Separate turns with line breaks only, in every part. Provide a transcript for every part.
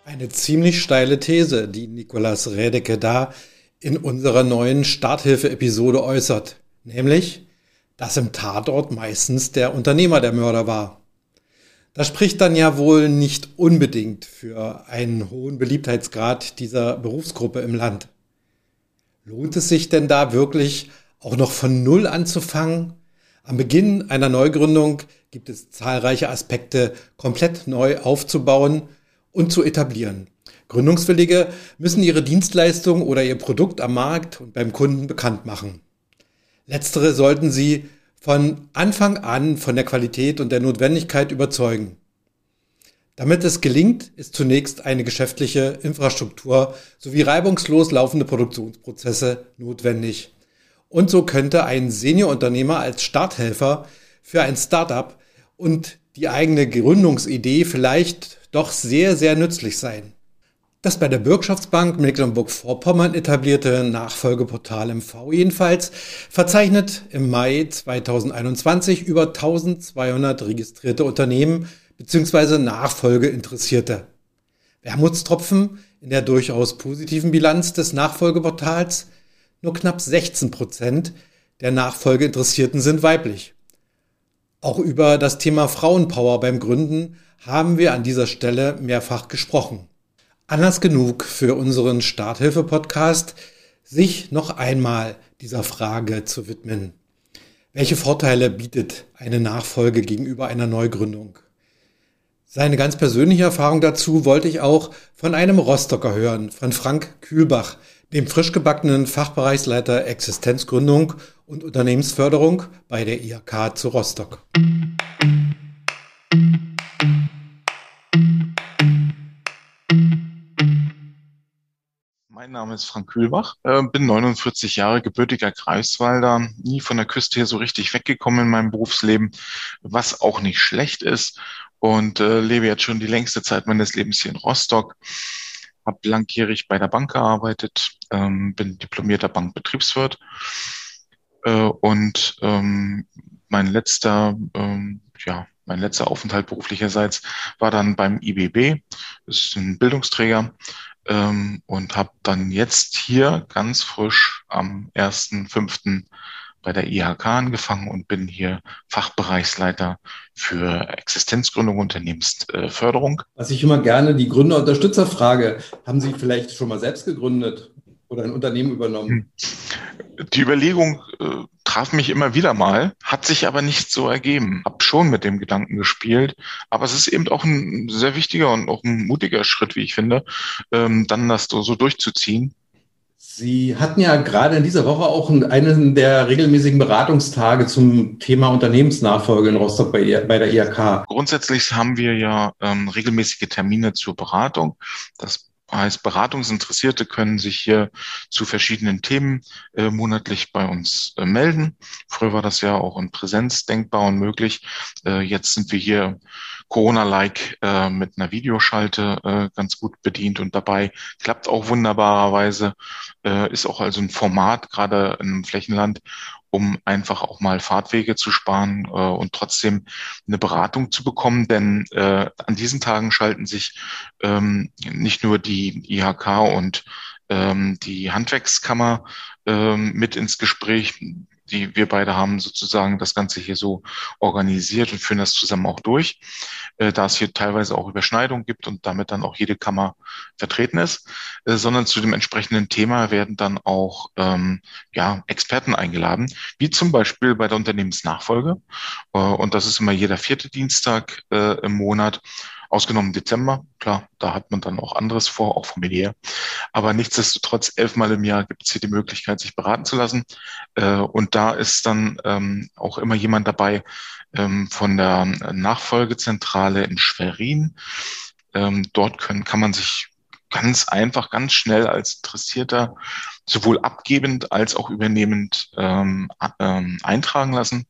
Eine ziemlich steile These, die Nicolas Rädecke da in unserer neuen Starthilfe-Episode äußert, nämlich, dass im Tatort meistens der Unternehmer der Mörder war. Das spricht dann ja wohl nicht unbedingt für einen hohen Beliebtheitsgrad dieser Berufsgruppe im Land. Lohnt es sich denn da wirklich auch noch von Null anzufangen? Am Beginn einer Neugründung gibt es zahlreiche Aspekte komplett neu aufzubauen und zu etablieren. Gründungswillige müssen ihre Dienstleistung oder ihr Produkt am Markt und beim Kunden bekannt machen. Letztere sollten sie von Anfang an von der Qualität und der Notwendigkeit überzeugen. Damit es gelingt, ist zunächst eine geschäftliche Infrastruktur sowie reibungslos laufende Produktionsprozesse notwendig. Und so könnte ein Seniorunternehmer als Starthelfer für ein Startup und die eigene Gründungsidee vielleicht doch sehr, sehr nützlich sein. Das bei der Bürgschaftsbank Mecklenburg-Vorpommern etablierte Nachfolgeportal MV jedenfalls verzeichnet im Mai 2021 über 1200 registrierte Unternehmen bzw. Nachfolgeinteressierte. Wermutstropfen in der durchaus positiven Bilanz des Nachfolgeportals: nur knapp 16% der Nachfolgeinteressierten sind weiblich. Auch über das Thema Frauenpower beim Gründen haben wir an dieser Stelle mehrfach gesprochen. Anlass genug für unseren Starthilfe-Podcast, sich noch einmal dieser Frage zu widmen. Welche Vorteile bietet eine Nachfolge gegenüber einer Neugründung? Seine ganz persönliche Erfahrung dazu wollte ich auch von einem Rostocker hören, von Frank Kühlbach, dem frisch gebackenen Fachbereichsleiter Existenzgründung und Unternehmensförderung bei der IHK zu Rostock.
Mein Name ist Frank Kühlbach, bin 49 Jahre, gebürtiger Greifswalder, nie von der Küste her so richtig weggekommen in meinem Berufsleben, was auch nicht schlecht ist, und lebe jetzt schon die längste Zeit meines Lebens hier in Rostock, habe langjährig bei der Bank gearbeitet, bin diplomierter Bankbetriebswirt und mein letzter Aufenthalt beruflicherseits war dann beim IBB, das ist ein Bildungsträger, und habe dann jetzt hier ganz frisch am 1.5. bei der IHK angefangen und bin hier Fachbereichsleiter für Existenzgründung und Unternehmensförderung.
Was ich immer gerne die Gründer-Unterstützer frage: Haben Sie vielleicht schon mal selbst gegründet oder ein Unternehmen übernommen?
Die Überlegung traf mich immer wieder mal, hat sich aber nicht so ergeben. Hab schon mit dem Gedanken gespielt, aber es ist eben auch ein sehr wichtiger und auch ein mutiger Schritt, wie ich finde, dann das so durchzuziehen.
Sie hatten ja gerade in dieser Woche auch einen der regelmäßigen Beratungstage zum Thema Unternehmensnachfolge in Rostock bei der IHK.
Grundsätzlich haben wir ja regelmäßige Termine zur Beratung. Das heißt, Beratungsinteressierte können sich hier zu verschiedenen Themen monatlich bei uns melden. Früher war das ja auch in Präsenz denkbar und möglich. Jetzt sind wir hier Corona-like mit einer Videoschalte ganz gut bedient und dabei. Klappt auch wunderbarerweise. Ist auch also ein Format, gerade im Flächenland, um einfach auch mal Fahrtwege zu sparen und trotzdem eine Beratung zu bekommen. Denn an diesen Tagen schalten sich nicht nur die IHK und die Handwerkskammer mit ins Gespräch. Wir beide haben sozusagen das Ganze hier so organisiert und führen das zusammen auch durch, da es hier teilweise auch Überschneidungen gibt und damit dann auch jede Kammer vertreten ist, sondern zu dem entsprechenden Thema werden dann auch Experten eingeladen, wie zum Beispiel bei der Unternehmensnachfolge. Und das ist immer jeder 4. Dienstag im Monat. Ausgenommen Dezember, klar, da hat man dann auch anderes vor, auch familiär. Aber nichtsdestotrotz, 11-mal im Jahr gibt es hier die Möglichkeit, sich beraten zu lassen. Und da ist dann auch immer jemand dabei von der Nachfolgezentrale in Schwerin. Dort kann man sich ganz einfach, ganz schnell als Interessierter sowohl abgebend als auch übernehmend eintragen lassen.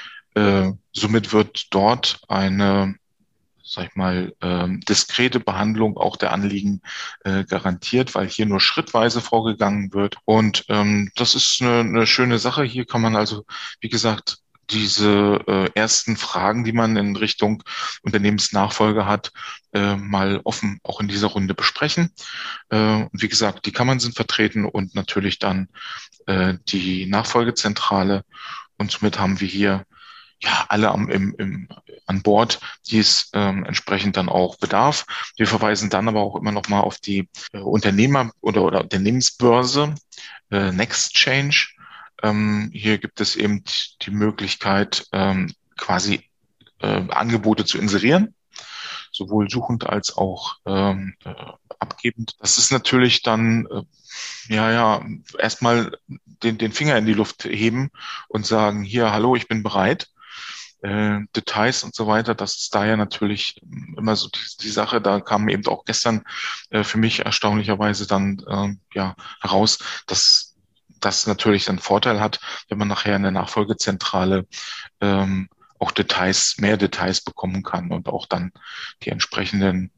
Somit wird dort eine, sag ich mal, diskrete Behandlung auch der Anliegen garantiert, weil hier nur schrittweise vorgegangen wird. Und das ist eine schöne Sache. Hier kann man also, wie gesagt, diese ersten Fragen, die man in Richtung Unternehmensnachfolge hat, mal offen auch in dieser Runde besprechen. Und wie gesagt, die Kammern sind vertreten und natürlich dann die Nachfolgezentrale. Und somit haben wir hier ja alle an Bord, die es entsprechend dann auch bedarf. Wir verweisen dann aber auch immer noch mal auf die Unternehmer- oder Unternehmensbörse Next Change. Hier gibt es eben die Möglichkeit, quasi Angebote zu inserieren, sowohl suchend als auch abgebend. Das ist natürlich dann, erstmal den Finger in die Luft heben und sagen, hier, hallo, ich bin bereit. Details und so weiter, das ist daher natürlich immer so die Sache. Da kam eben auch gestern für mich erstaunlicherweise dann heraus, dass das natürlich einen Vorteil hat, wenn man nachher in der Nachfolgezentrale auch mehr Details bekommen kann und auch dann die entsprechenden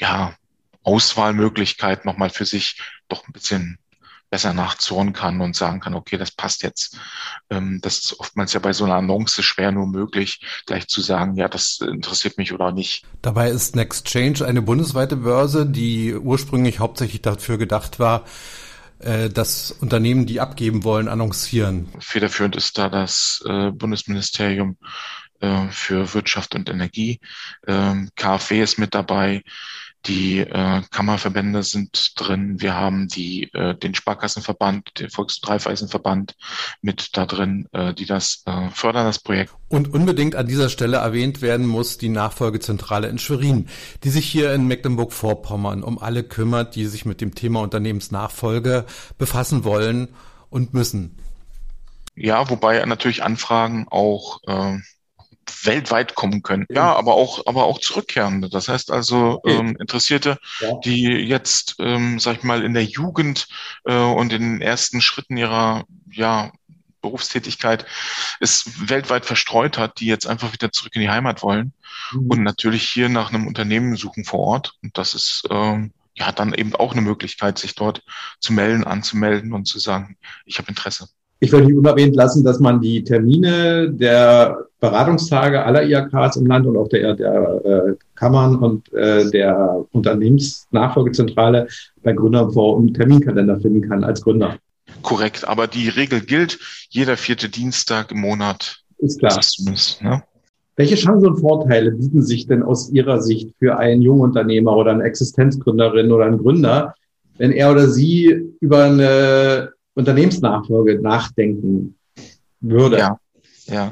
Auswahlmöglichkeiten nochmal für sich doch ein bisschen besser nachzurren kann und sagen kann, okay, das passt jetzt. Das ist oftmals ja bei so einer Annonce schwer nur möglich, gleich zu sagen, ja, das interessiert mich oder nicht.
Dabei ist NextChange eine bundesweite Börse, die ursprünglich hauptsächlich dafür gedacht war, dass Unternehmen, die abgeben wollen, annoncieren.
Federführend ist da das Bundesministerium für Wirtschaft und Energie. KfW ist mit dabei. Die Kammerverbände sind drin. Wir haben den Sparkassenverband, den Volks- und Raiffeisenverband mit da drin, die das fördern, das Projekt.
Und unbedingt an dieser Stelle erwähnt werden muss die Nachfolgezentrale in Schwerin, die sich hier in Mecklenburg-Vorpommern um alle kümmert, die sich mit dem Thema Unternehmensnachfolge befassen wollen und müssen.
Ja, wobei natürlich Anfragen auch weltweit kommen können. Ja, aber auch zurückkehrende. Das heißt also Interessierte, die jetzt, sag ich mal, in der Jugend und in den ersten Schritten ihrer Berufstätigkeit es weltweit verstreut hat, die jetzt einfach wieder zurück in die Heimat wollen und natürlich hier nach einem Unternehmen suchen vor Ort. Und das ist dann eben auch eine Möglichkeit, sich dort zu melden, anzumelden und zu sagen, ich habe Interesse.
Ich will nicht unerwähnt lassen, dass man die Termine der Beratungstage aller IHKs im Land und auch der Kammern und der Unternehmensnachfolgezentrale bei Gründerfonds im Terminkalender finden kann als Gründer.
Korrekt, aber die Regel gilt, jeder 4. Dienstag im Monat.
Ist klar.
Ist zumindest, ne?
Welche Chancen und Vorteile bieten sich denn aus Ihrer Sicht für einen Jungunternehmer oder eine Existenzgründerin oder einen Gründer, wenn er oder sie über eine Unternehmensnachfolge nachdenken würde?
Ja.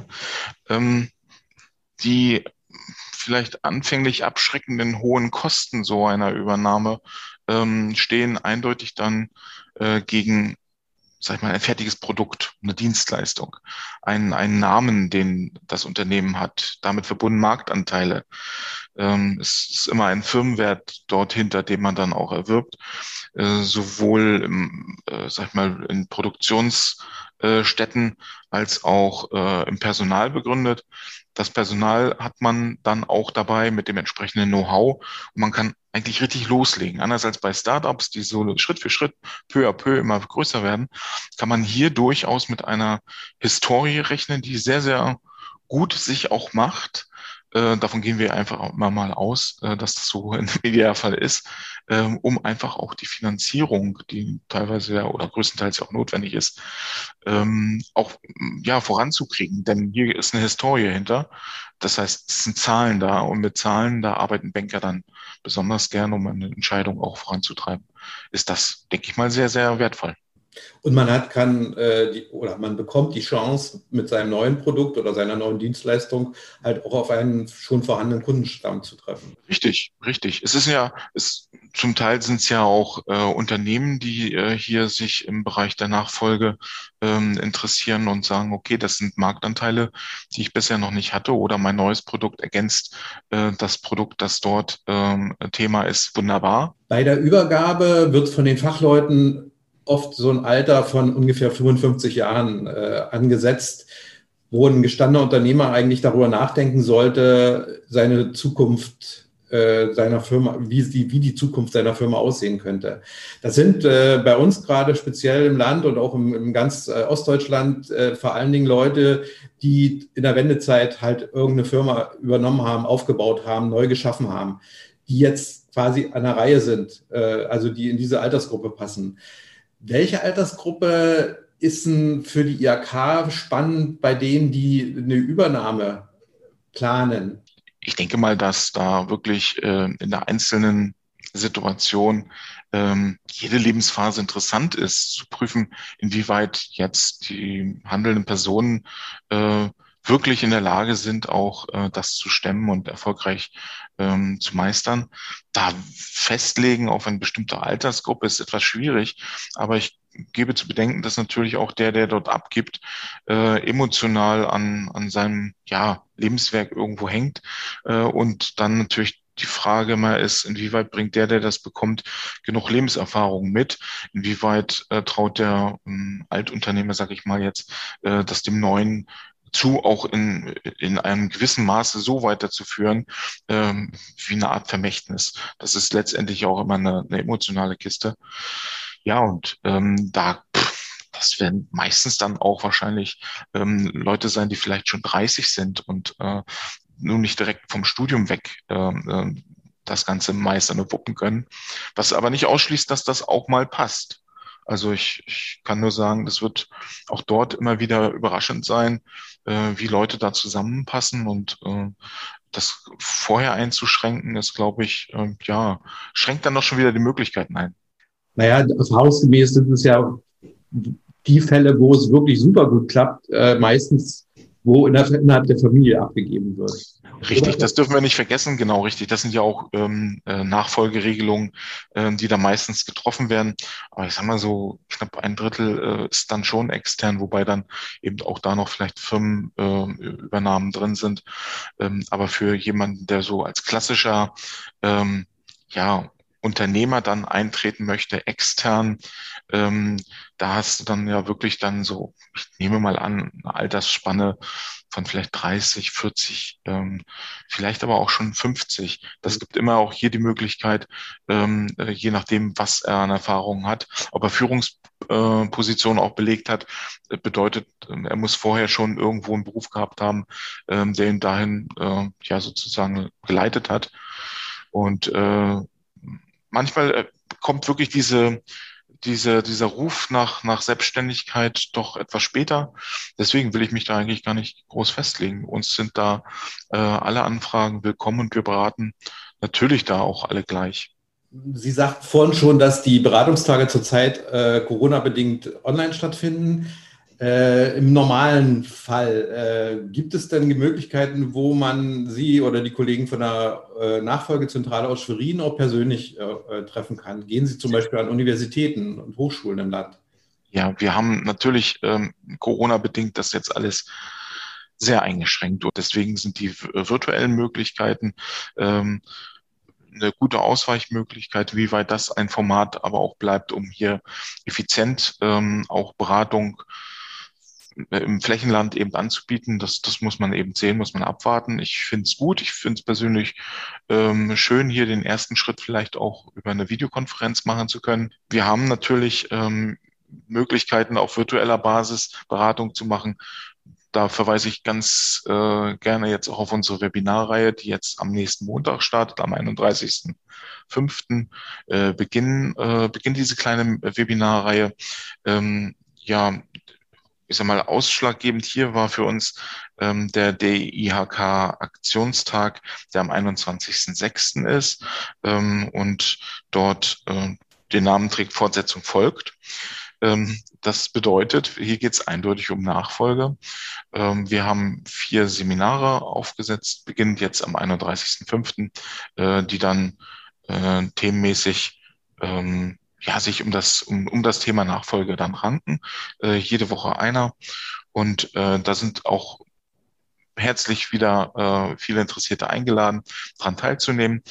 Die vielleicht anfänglich abschreckenden hohen Kosten so einer Übernahme stehen eindeutig dann gegen, sag ich mal, ein fertiges Produkt, eine Dienstleistung, einen Namen, den das Unternehmen hat, damit verbunden Marktanteile. Es ist immer ein Firmenwert dort hinter, den man dann auch erwirbt, sowohl sag ich mal, in Produktionsstätten als auch im Personal begründet. Das Personal hat man dann auch dabei mit dem entsprechenden Know-how und man kann eigentlich richtig loslegen. Anders als bei Startups, die so Schritt für Schritt, peu à peu immer größer werden, kann man hier durchaus mit einer Historie rechnen, die sehr, sehr gut sich auch macht. Davon gehen wir einfach immer mal aus, dass das so im Idealfall ist, um einfach auch die Finanzierung, die teilweise oder größtenteils auch notwendig ist, auch voranzukriegen. Denn hier ist eine Historie hinter. Das heißt, es sind Zahlen da und mit Zahlen, da arbeiten Banker dann besonders gern, um eine Entscheidung auch voranzutreiben. Ist das, denke ich mal, sehr, sehr wertvoll.
Und man man bekommt die Chance, mit seinem neuen Produkt oder seiner neuen Dienstleistung halt auch auf einen schon vorhandenen Kundenstamm zu treffen.
Richtig. Es ist zum Teil sind es ja auch Unternehmen, die hier sich im Bereich der Nachfolge interessieren und sagen, okay, das sind Marktanteile, die ich bisher noch nicht hatte, oder mein neues Produkt ergänzt das Produkt, das dort Thema ist, wunderbar.
Bei der Übergabe wird von den Fachleuten oft so ein Alter von ungefähr 55 Jahren angesetzt, wo ein gestandener Unternehmer eigentlich darüber nachdenken sollte, seine Zukunft seiner Firma, wie die Zukunft seiner Firma aussehen könnte. Das sind bei uns gerade speziell im Land und auch im ganz Ostdeutschland vor allen Dingen Leute, die in der Wendezeit halt irgendeine Firma übernommen haben, aufgebaut haben, neu geschaffen haben, die jetzt quasi an der Reihe sind, also die in diese Altersgruppe passen. Welche Altersgruppe ist denn für die IHK spannend bei denen, die eine Übernahme planen?
Ich denke mal, dass da wirklich in der einzelnen Situation jede Lebensphase interessant ist, zu prüfen, inwieweit jetzt die handelnden Personen wirklich in der Lage sind, auch das zu stemmen und erfolgreich zu meistern. Da festlegen auf eine bestimmte Altersgruppe ist etwas schwierig, aber ich gebe zu bedenken, dass natürlich auch der dort abgibt, emotional an seinem Lebenswerk irgendwo hängt und dann natürlich die Frage mal ist, inwieweit bringt der das bekommt, genug Lebenserfahrung mit? Inwieweit traut der Altunternehmer, sage ich mal jetzt, das dem Neuen zu, auch in einem gewissen Maße so weiterzuführen, wie eine Art Vermächtnis. Das ist letztendlich auch immer eine emotionale Kiste. Ja, und das werden meistens dann auch wahrscheinlich Leute sein, die vielleicht schon 30 sind und nun nicht direkt vom Studium weg das Ganze meistern und wuppen können. Was aber nicht ausschließt, dass das auch mal passt. Also ich kann nur sagen, das wird auch dort immer wieder überraschend sein, wie Leute da zusammenpassen und das vorher einzuschränken, ist, glaube ich, schränkt dann doch schon wieder die Möglichkeiten ein.
Naja, erfahrungsgemäß sind es ja die Fälle, wo es wirklich super gut klappt, meistens, wo innerhalb der Familie abgegeben wird.
Richtig, das dürfen wir nicht vergessen, genau richtig. Das sind ja auch Nachfolgeregelungen, die da meistens getroffen werden. Aber ich sag mal so, knapp ein Drittel ist dann schon extern, wobei dann eben auch da noch vielleicht Firmenübernahmen drin sind. Aber für jemanden, der so als klassischer Unternehmer dann eintreten möchte, extern, da hast du dann ja wirklich dann so, ich nehme mal an, eine Altersspanne von vielleicht 30, 40, vielleicht aber auch schon 50. Das gibt immer auch hier die Möglichkeit, je nachdem, was er an Erfahrungen hat, ob er Führungspositionen auch belegt hat, bedeutet, er muss vorher schon irgendwo einen Beruf gehabt haben, der ihn dahin sozusagen geleitet hat. Und manchmal kommt wirklich dieser Ruf nach Selbstständigkeit doch etwas später. Deswegen will ich mich da eigentlich gar nicht groß festlegen. Uns sind da alle Anfragen willkommen und wir beraten natürlich da auch alle gleich.
Sie sagten vorhin schon, dass die Beratungstage zurzeit Corona-bedingt online stattfinden. Im normalen Fall, gibt es denn Möglichkeiten, wo man Sie oder die Kollegen von der Nachfolgezentrale aus Schwerin auch persönlich treffen kann? Gehen Sie zum Beispiel an Universitäten und Hochschulen im Land?
Ja, wir haben natürlich Corona-bedingt das jetzt alles sehr eingeschränkt und deswegen sind die virtuellen Möglichkeiten eine gute Ausweichmöglichkeit, wie weit das ein Format aber auch bleibt, um hier effizient auch Beratung im Flächenland eben anzubieten. Das muss man eben sehen, muss man abwarten. Ich finde es gut. Ich finde es persönlich schön, hier den ersten Schritt vielleicht auch über eine Videokonferenz machen zu können. Wir haben natürlich Möglichkeiten auf virtueller Basis Beratung zu machen. Da verweise ich ganz gerne jetzt auch auf unsere Webinarreihe, die jetzt am nächsten Montag startet, am 31.05. Beginnt diese kleine Webinarreihe. Ich sag mal, ausschlaggebend hier war für uns der DIHK-Aktionstag, der am 21.06. ist und dort den Namen trägt Fortsetzung folgt. Das bedeutet, hier geht es eindeutig um Nachfolge. Wir haben 4 Seminare aufgesetzt, beginnend jetzt am 31.05., die dann themenmäßig sich um das Thema Nachfolge dann ranken. Jede Woche einer. Und da sind auch herzlich wieder viele Interessierte eingeladen, daran teilzunehmen.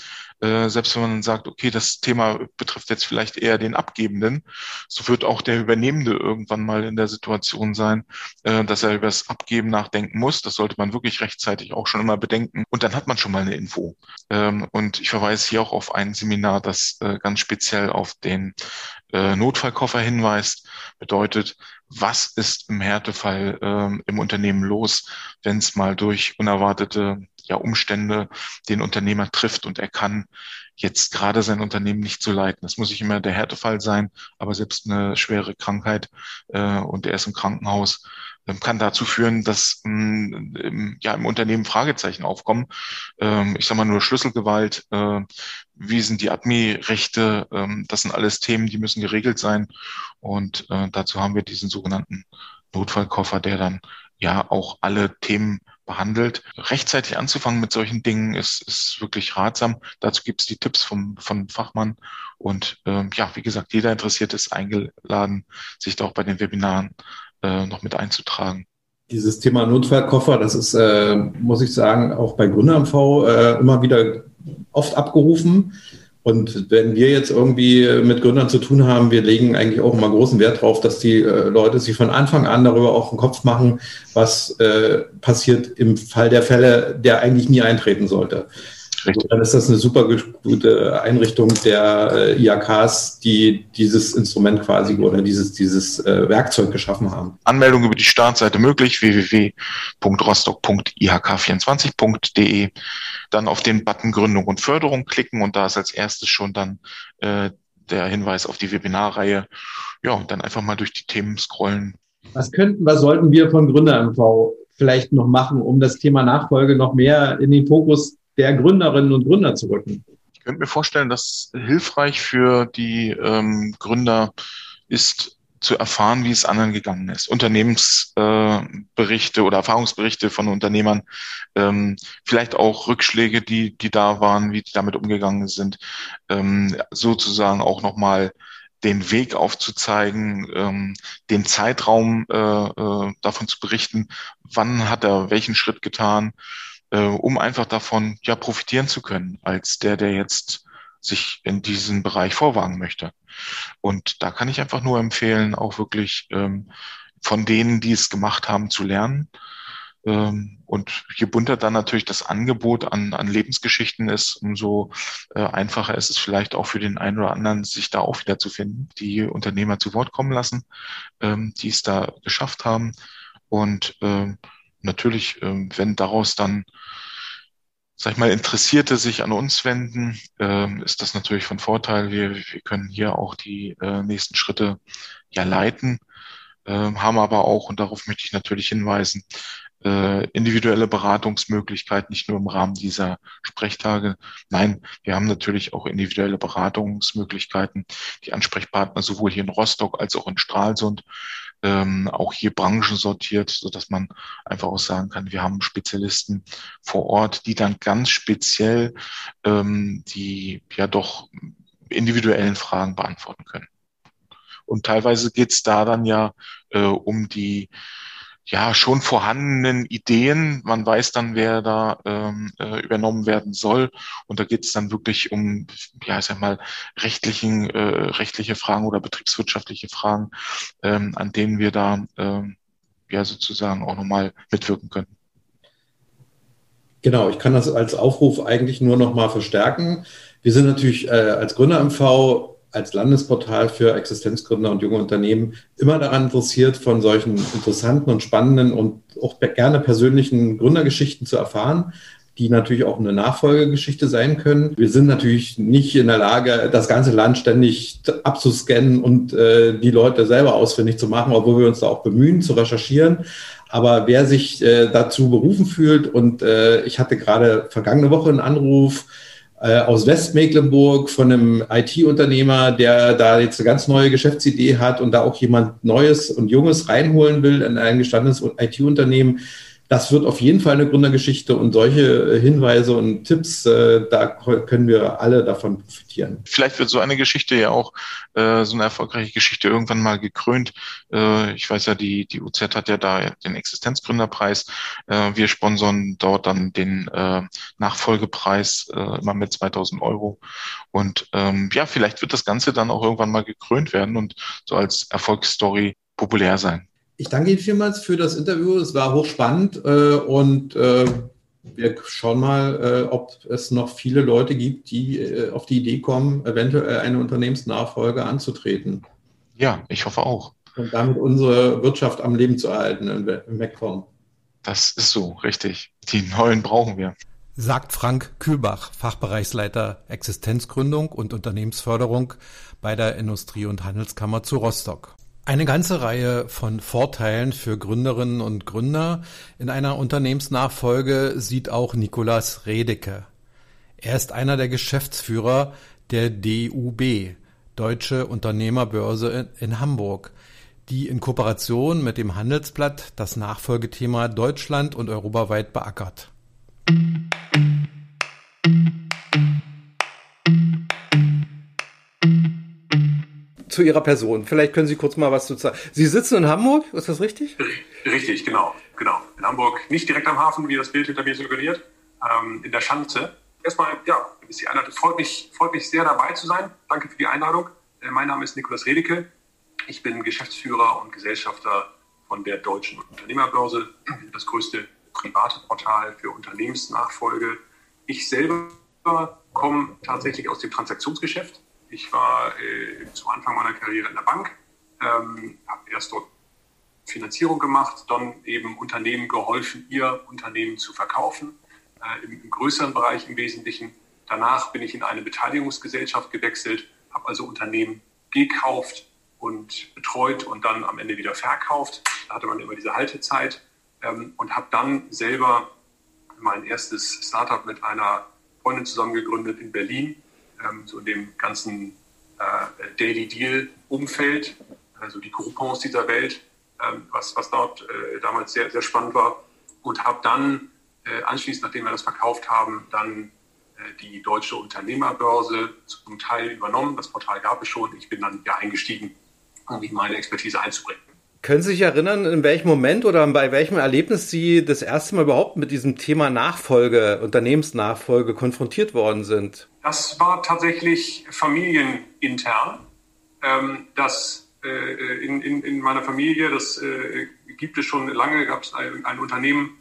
selbst wenn man sagt, okay, das Thema betrifft jetzt vielleicht eher den Abgebenden, so wird auch der Übernehmende irgendwann mal in der Situation sein, dass er über das Abgeben nachdenken muss. Das sollte man wirklich rechtzeitig auch schon immer bedenken. Und dann hat man schon mal eine Info. Und ich verweise hier auch auf ein Seminar, das ganz speziell auf den Notfallkoffer hinweist. Bedeutet, was ist im Härtefall im Unternehmen los, wenn es mal durch unerwartete Umstände den Unternehmer trifft und er kann jetzt gerade sein Unternehmen nicht so leiten. Das muss nicht immer der Härtefall sein, aber selbst eine schwere Krankheit und er ist im Krankenhaus, kann dazu führen, dass im Unternehmen Fragezeichen aufkommen. Ich sage mal nur Schlüsselgewalt, wie sind die Admi-Rechte, das sind alles Themen, die müssen geregelt sein und dazu haben wir diesen sogenannten Notfallkoffer, der dann auch alle Themen behandelt. Rechtzeitig anzufangen mit solchen Dingen ist wirklich ratsam. Dazu gibt es die Tipps vom Fachmann und wie gesagt, jeder Interessierte ist eingeladen, sich da auch bei den Webinaren noch mit einzutragen.
Dieses Thema Notfallkoffer, das ist, muss ich sagen, auch bei Gründer-MV immer wieder oft abgerufen. Und wenn wir jetzt irgendwie mit Gründern zu tun haben, wir legen eigentlich auch immer großen Wert drauf, dass die Leute sich von Anfang an darüber auch einen Kopf machen, was passiert im Fall der Fälle, der eigentlich nie eintreten sollte. Also dann ist das eine super gute Einrichtung der IHKs, die dieses Instrument quasi oder dieses Werkzeug geschaffen haben.
Anmeldung über die Startseite möglich, www.rostock.ihk24.de. Dann auf den Button Gründung und Förderung klicken und da ist als erstes schon dann der Hinweis auf die Webinarreihe. Ja, und dann einfach mal durch die Themen scrollen.
Was sollten wir von Gründer-MV vielleicht noch machen, um das Thema Nachfolge noch mehr in den Fokus der Gründerinnen und Gründer zu rücken?
Ich könnte mir vorstellen, dass hilfreich für die Gründer ist, zu erfahren, wie es anderen gegangen ist. Unternehmensberichte oder Erfahrungsberichte von Unternehmern, vielleicht auch Rückschläge, die da waren, wie die damit umgegangen sind, sozusagen auch nochmal den Weg aufzuzeigen, den Zeitraum davon zu berichten, wann hat er welchen Schritt getan, um einfach davon profitieren zu können, als der jetzt sich in diesen Bereich vorwagen möchte. Und da kann ich einfach nur empfehlen, auch wirklich von denen, die es gemacht haben, zu lernen. Und je bunter dann natürlich das Angebot an Lebensgeschichten ist, umso einfacher ist es vielleicht auch für den einen oder anderen, sich da auch wieder zu finden, die Unternehmer zu Wort kommen lassen, die es da geschafft haben. Und natürlich, wenn daraus dann, sag ich mal, Interessierte sich an uns wenden, ist das natürlich von Vorteil. Wir können hier auch die nächsten Schritte leiten, haben aber auch, und darauf möchte ich natürlich hinweisen, individuelle Beratungsmöglichkeiten, nicht nur im Rahmen dieser Sprechtage. Nein, wir haben natürlich auch individuelle Beratungsmöglichkeiten. Die Ansprechpartner sowohl hier in Rostock als auch in Stralsund, auch hier branchensortiert, so dass man einfach auch sagen kann, wir haben Spezialisten vor Ort, die dann ganz speziell die doch individuellen Fragen beantworten können. Und teilweise geht es da dann um die schon vorhandenen Ideen. Man weiß dann, wer da übernommen werden soll. Und da geht es dann wirklich um, rechtliche Fragen oder betriebswirtschaftliche Fragen, an denen wir da sozusagen auch nochmal mitwirken können.
Genau, ich kann das als Aufruf eigentlich nur nochmal verstärken. Wir sind natürlich als Gründer-MV, als Landesportal für Existenzgründer und junge Unternehmen immer daran interessiert, von solchen interessanten und spannenden und auch gerne persönlichen Gründergeschichten zu erfahren, die natürlich auch eine Nachfolgegeschichte sein können. Wir sind natürlich nicht in der Lage, das ganze Land ständig abzuscannen und die Leute selber ausfindig zu machen, obwohl wir uns da auch bemühen, zu recherchieren. Aber wer sich dazu berufen fühlt, und ich hatte gerade vergangene Woche einen Anruf aus Westmecklenburg von einem IT-Unternehmer, der da jetzt eine ganz neue Geschäftsidee hat und da auch jemand Neues und Junges reinholen will in ein gestandenes IT-Unternehmen. das wird auf jeden Fall eine Gründergeschichte und solche Hinweise und Tipps, da können wir alle davon profitieren.
Vielleicht wird so eine Geschichte ja auch, so eine erfolgreiche Geschichte irgendwann mal gekrönt. Ich weiß ja, die UZ hat ja da den Existenzgründerpreis. Wir sponsern dort dann den Nachfolgepreis immer mit 2.000 Euro. Und ja, vielleicht wird das Ganze dann auch irgendwann mal gekrönt werden und so als Erfolgsstory populär sein.
Ich danke Ihnen vielmals für das Interview. Es war hochspannend und wir schauen mal, ob es noch viele Leute gibt, die auf die Idee kommen, eventuell eine Unternehmensnachfolge anzutreten.
Ja, ich hoffe auch.
Und damit unsere Wirtschaft am Leben zu erhalten im MacPom.
Das ist so, richtig. Die neuen brauchen wir.
Sagt Frank Kühlbach, Fachbereichsleiter Existenzgründung und Unternehmensförderung bei der Industrie- und Handelskammer zu Rostock. Eine ganze Reihe von Vorteilen für Gründerinnen und Gründer in einer Unternehmensnachfolge sieht auch Nicolas Redeke. Er ist einer der Geschäftsführer der DUB, Deutsche Unternehmerbörse in Hamburg, die in Kooperation mit dem Handelsblatt das Nachfolgethema Deutschland und europaweit beackert. Zu Ihrer Person. Vielleicht können Sie kurz mal was dazu sagen. Sie sitzen in Hamburg, ist das richtig?
Richtig, genau. In Hamburg, nicht direkt am Hafen, wie das Bild hinter mir suggeriert, in der Schanze. Erstmal, ja, ist die Einladung. Freut mich sehr, dabei zu sein. Danke für die Einladung. Mein Name ist Nicolas Redeke. Ich bin Geschäftsführer und Gesellschafter von der Deutschen Unternehmerbörse, das größte private Portal für Unternehmensnachfolge. Ich selber komme tatsächlich aus dem Transaktionsgeschäft. Ich war zum Anfang meiner Karriere in der Bank, habe erst dort Finanzierung gemacht, dann eben Unternehmen geholfen, ihr Unternehmen zu verkaufen, im größeren Bereich im Wesentlichen. Danach bin ich in eine Beteiligungsgesellschaft gewechselt, habe also Unternehmen gekauft und betreut und dann am Ende wieder verkauft. Da hatte man immer diese Haltezeit und habe dann selber mein erstes Startup mit einer Freundin zusammen gegründet in Berlin, so in dem ganzen Daily Deal Umfeld, also die Groupons dieser Welt, was dort damals sehr, sehr spannend war, und habe dann anschließend, nachdem wir das verkauft haben, dann die Deutsche Unternehmerbörse zum Teil übernommen. Das Portal gab es schon. Ich bin dann ja eingestiegen, um meine Expertise einzubringen.
Können Sie sich erinnern, in welchem Moment oder bei welchem Erlebnis Sie das erste Mal überhaupt mit diesem Thema Nachfolge, Unternehmensnachfolge konfrontiert worden sind?
Das war tatsächlich familienintern. In meiner Familie, das gibt es schon lange, gab es ein Unternehmen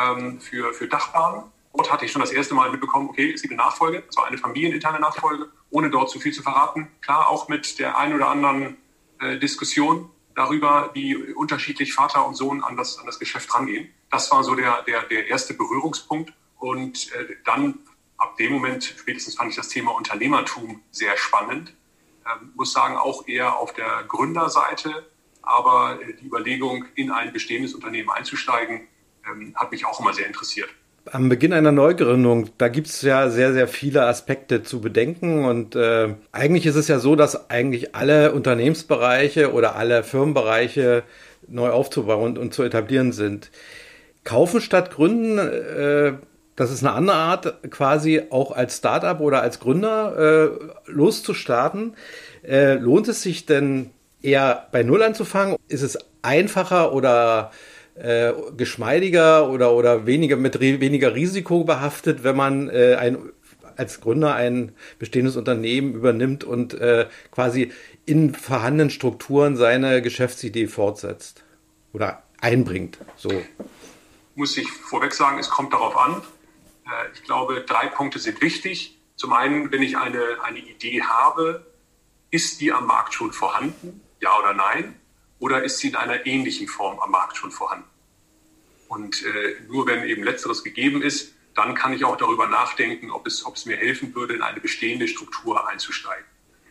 für Dachbahnen. Dort hatte ich schon das erste Mal mitbekommen, okay, es gibt eine Nachfolge. Das war eine familieninterne Nachfolge, ohne dort zu viel zu verraten. Klar, auch mit der ein oder anderen Diskussion darüber, wie unterschiedlich Vater und Sohn an das Geschäft rangehen. Das war so der erste Berührungspunkt. Und dann, ab dem Moment, spätestens fand ich das Thema Unternehmertum sehr spannend. Muss sagen, auch eher auf der Gründerseite. Aber die Überlegung, in ein bestehendes Unternehmen einzusteigen, hat mich auch immer sehr interessiert.
Am Beginn einer Neugründung, da gibt es ja sehr, sehr viele Aspekte zu bedenken und eigentlich ist es ja so, dass eigentlich alle Unternehmensbereiche oder alle Firmenbereiche neu aufzubauen und zu etablieren sind. Kaufen statt Gründen, das ist eine andere Art, quasi auch als Startup oder als Gründer loszustarten. Lohnt es sich denn eher bei Null anzufangen? Ist es einfacher oder geschmeidiger oder weniger mit weniger Risiko behaftet, wenn man als Gründer ein bestehendes Unternehmen übernimmt und quasi in vorhandenen Strukturen seine Geschäftsidee fortsetzt oder einbringt? So.
Muss ich vorweg sagen, es kommt darauf an. Ich glaube, 3 Punkte sind wichtig. Zum einen, wenn ich eine Idee habe, ist die am Markt schon vorhanden? Ja oder nein? Oder ist sie in einer ähnlichen Form am Markt schon vorhanden? Und nur wenn eben Letzteres gegeben ist, dann kann ich auch darüber nachdenken, ob es mir helfen würde, in eine bestehende Struktur einzusteigen.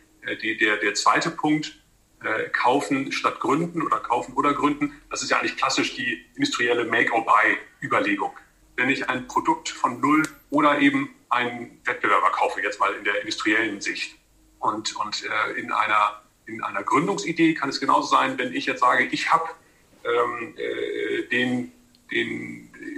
Der zweite Punkt, kaufen statt gründen oder kaufen oder gründen, das ist ja eigentlich klassisch die industrielle Make-or-Buy-Überlegung. Wenn ich ein Produkt von Null oder eben einen Wettbewerber kaufe, jetzt mal in der industriellen Sicht, und in einer Gründungsidee kann es genauso sein, wenn ich jetzt sage, ich habe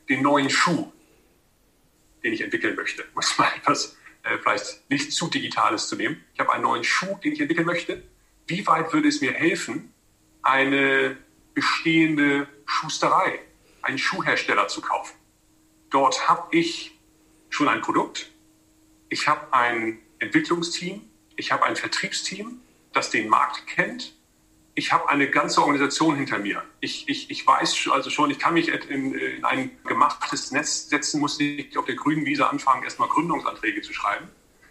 den neuen Schuh, den ich entwickeln möchte, muss mal etwas vielleicht nicht zu Digitales zu nehmen. Ich habe einen neuen Schuh, den ich entwickeln möchte. Wie weit würde es mir helfen, eine bestehende Schusterei, einen Schuhhersteller zu kaufen? Dort habe ich schon ein Produkt, ich habe ein Entwicklungsteam, ich habe ein Vertriebsteam, das den Markt kennt. Ich habe eine ganze Organisation hinter mir. Ich weiß also schon, ich kann mich in ein gemachtes Netz setzen, muss nicht auf der grünen Wiese anfangen, erstmal Gründungsanträge zu schreiben.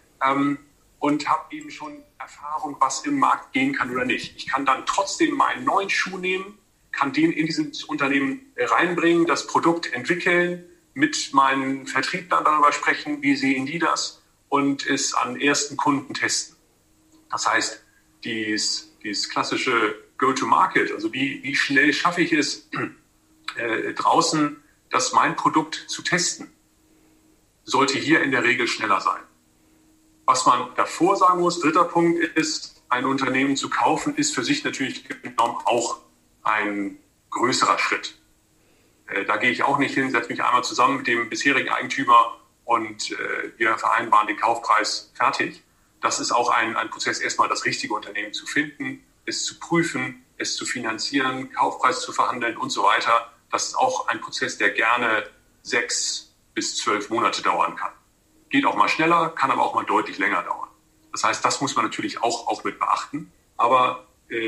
Und habe eben schon Erfahrung, was im Markt gehen kann oder nicht. Ich kann dann trotzdem meinen neuen Schuh nehmen, kann den in dieses Unternehmen reinbringen, das Produkt entwickeln, mit meinen Vertrieblern darüber sprechen, wie sehen die das und es an ersten Kunden testen. Das heißt, dieses klassische Go-to-Market, also wie schnell schaffe ich es, draußen mein Produkt zu testen, sollte hier in der Regel schneller sein. Was man davor sagen muss, dritter Punkt ist, ein Unternehmen zu kaufen, ist für sich natürlich genommen auch ein größerer Schritt. Da gehe ich auch nicht hin, setze mich einmal zusammen mit dem bisherigen Eigentümer und wir vereinbaren den Kaufpreis fertig. Das ist auch ein Prozess, erstmal das richtige Unternehmen zu finden, es zu prüfen, es zu finanzieren, Kaufpreis zu verhandeln und so weiter. Das ist auch ein Prozess, der gerne 6 bis 12 Monate dauern kann. Geht auch mal schneller, kann aber auch mal deutlich länger dauern. Das heißt, das muss man natürlich auch mit beachten. Aber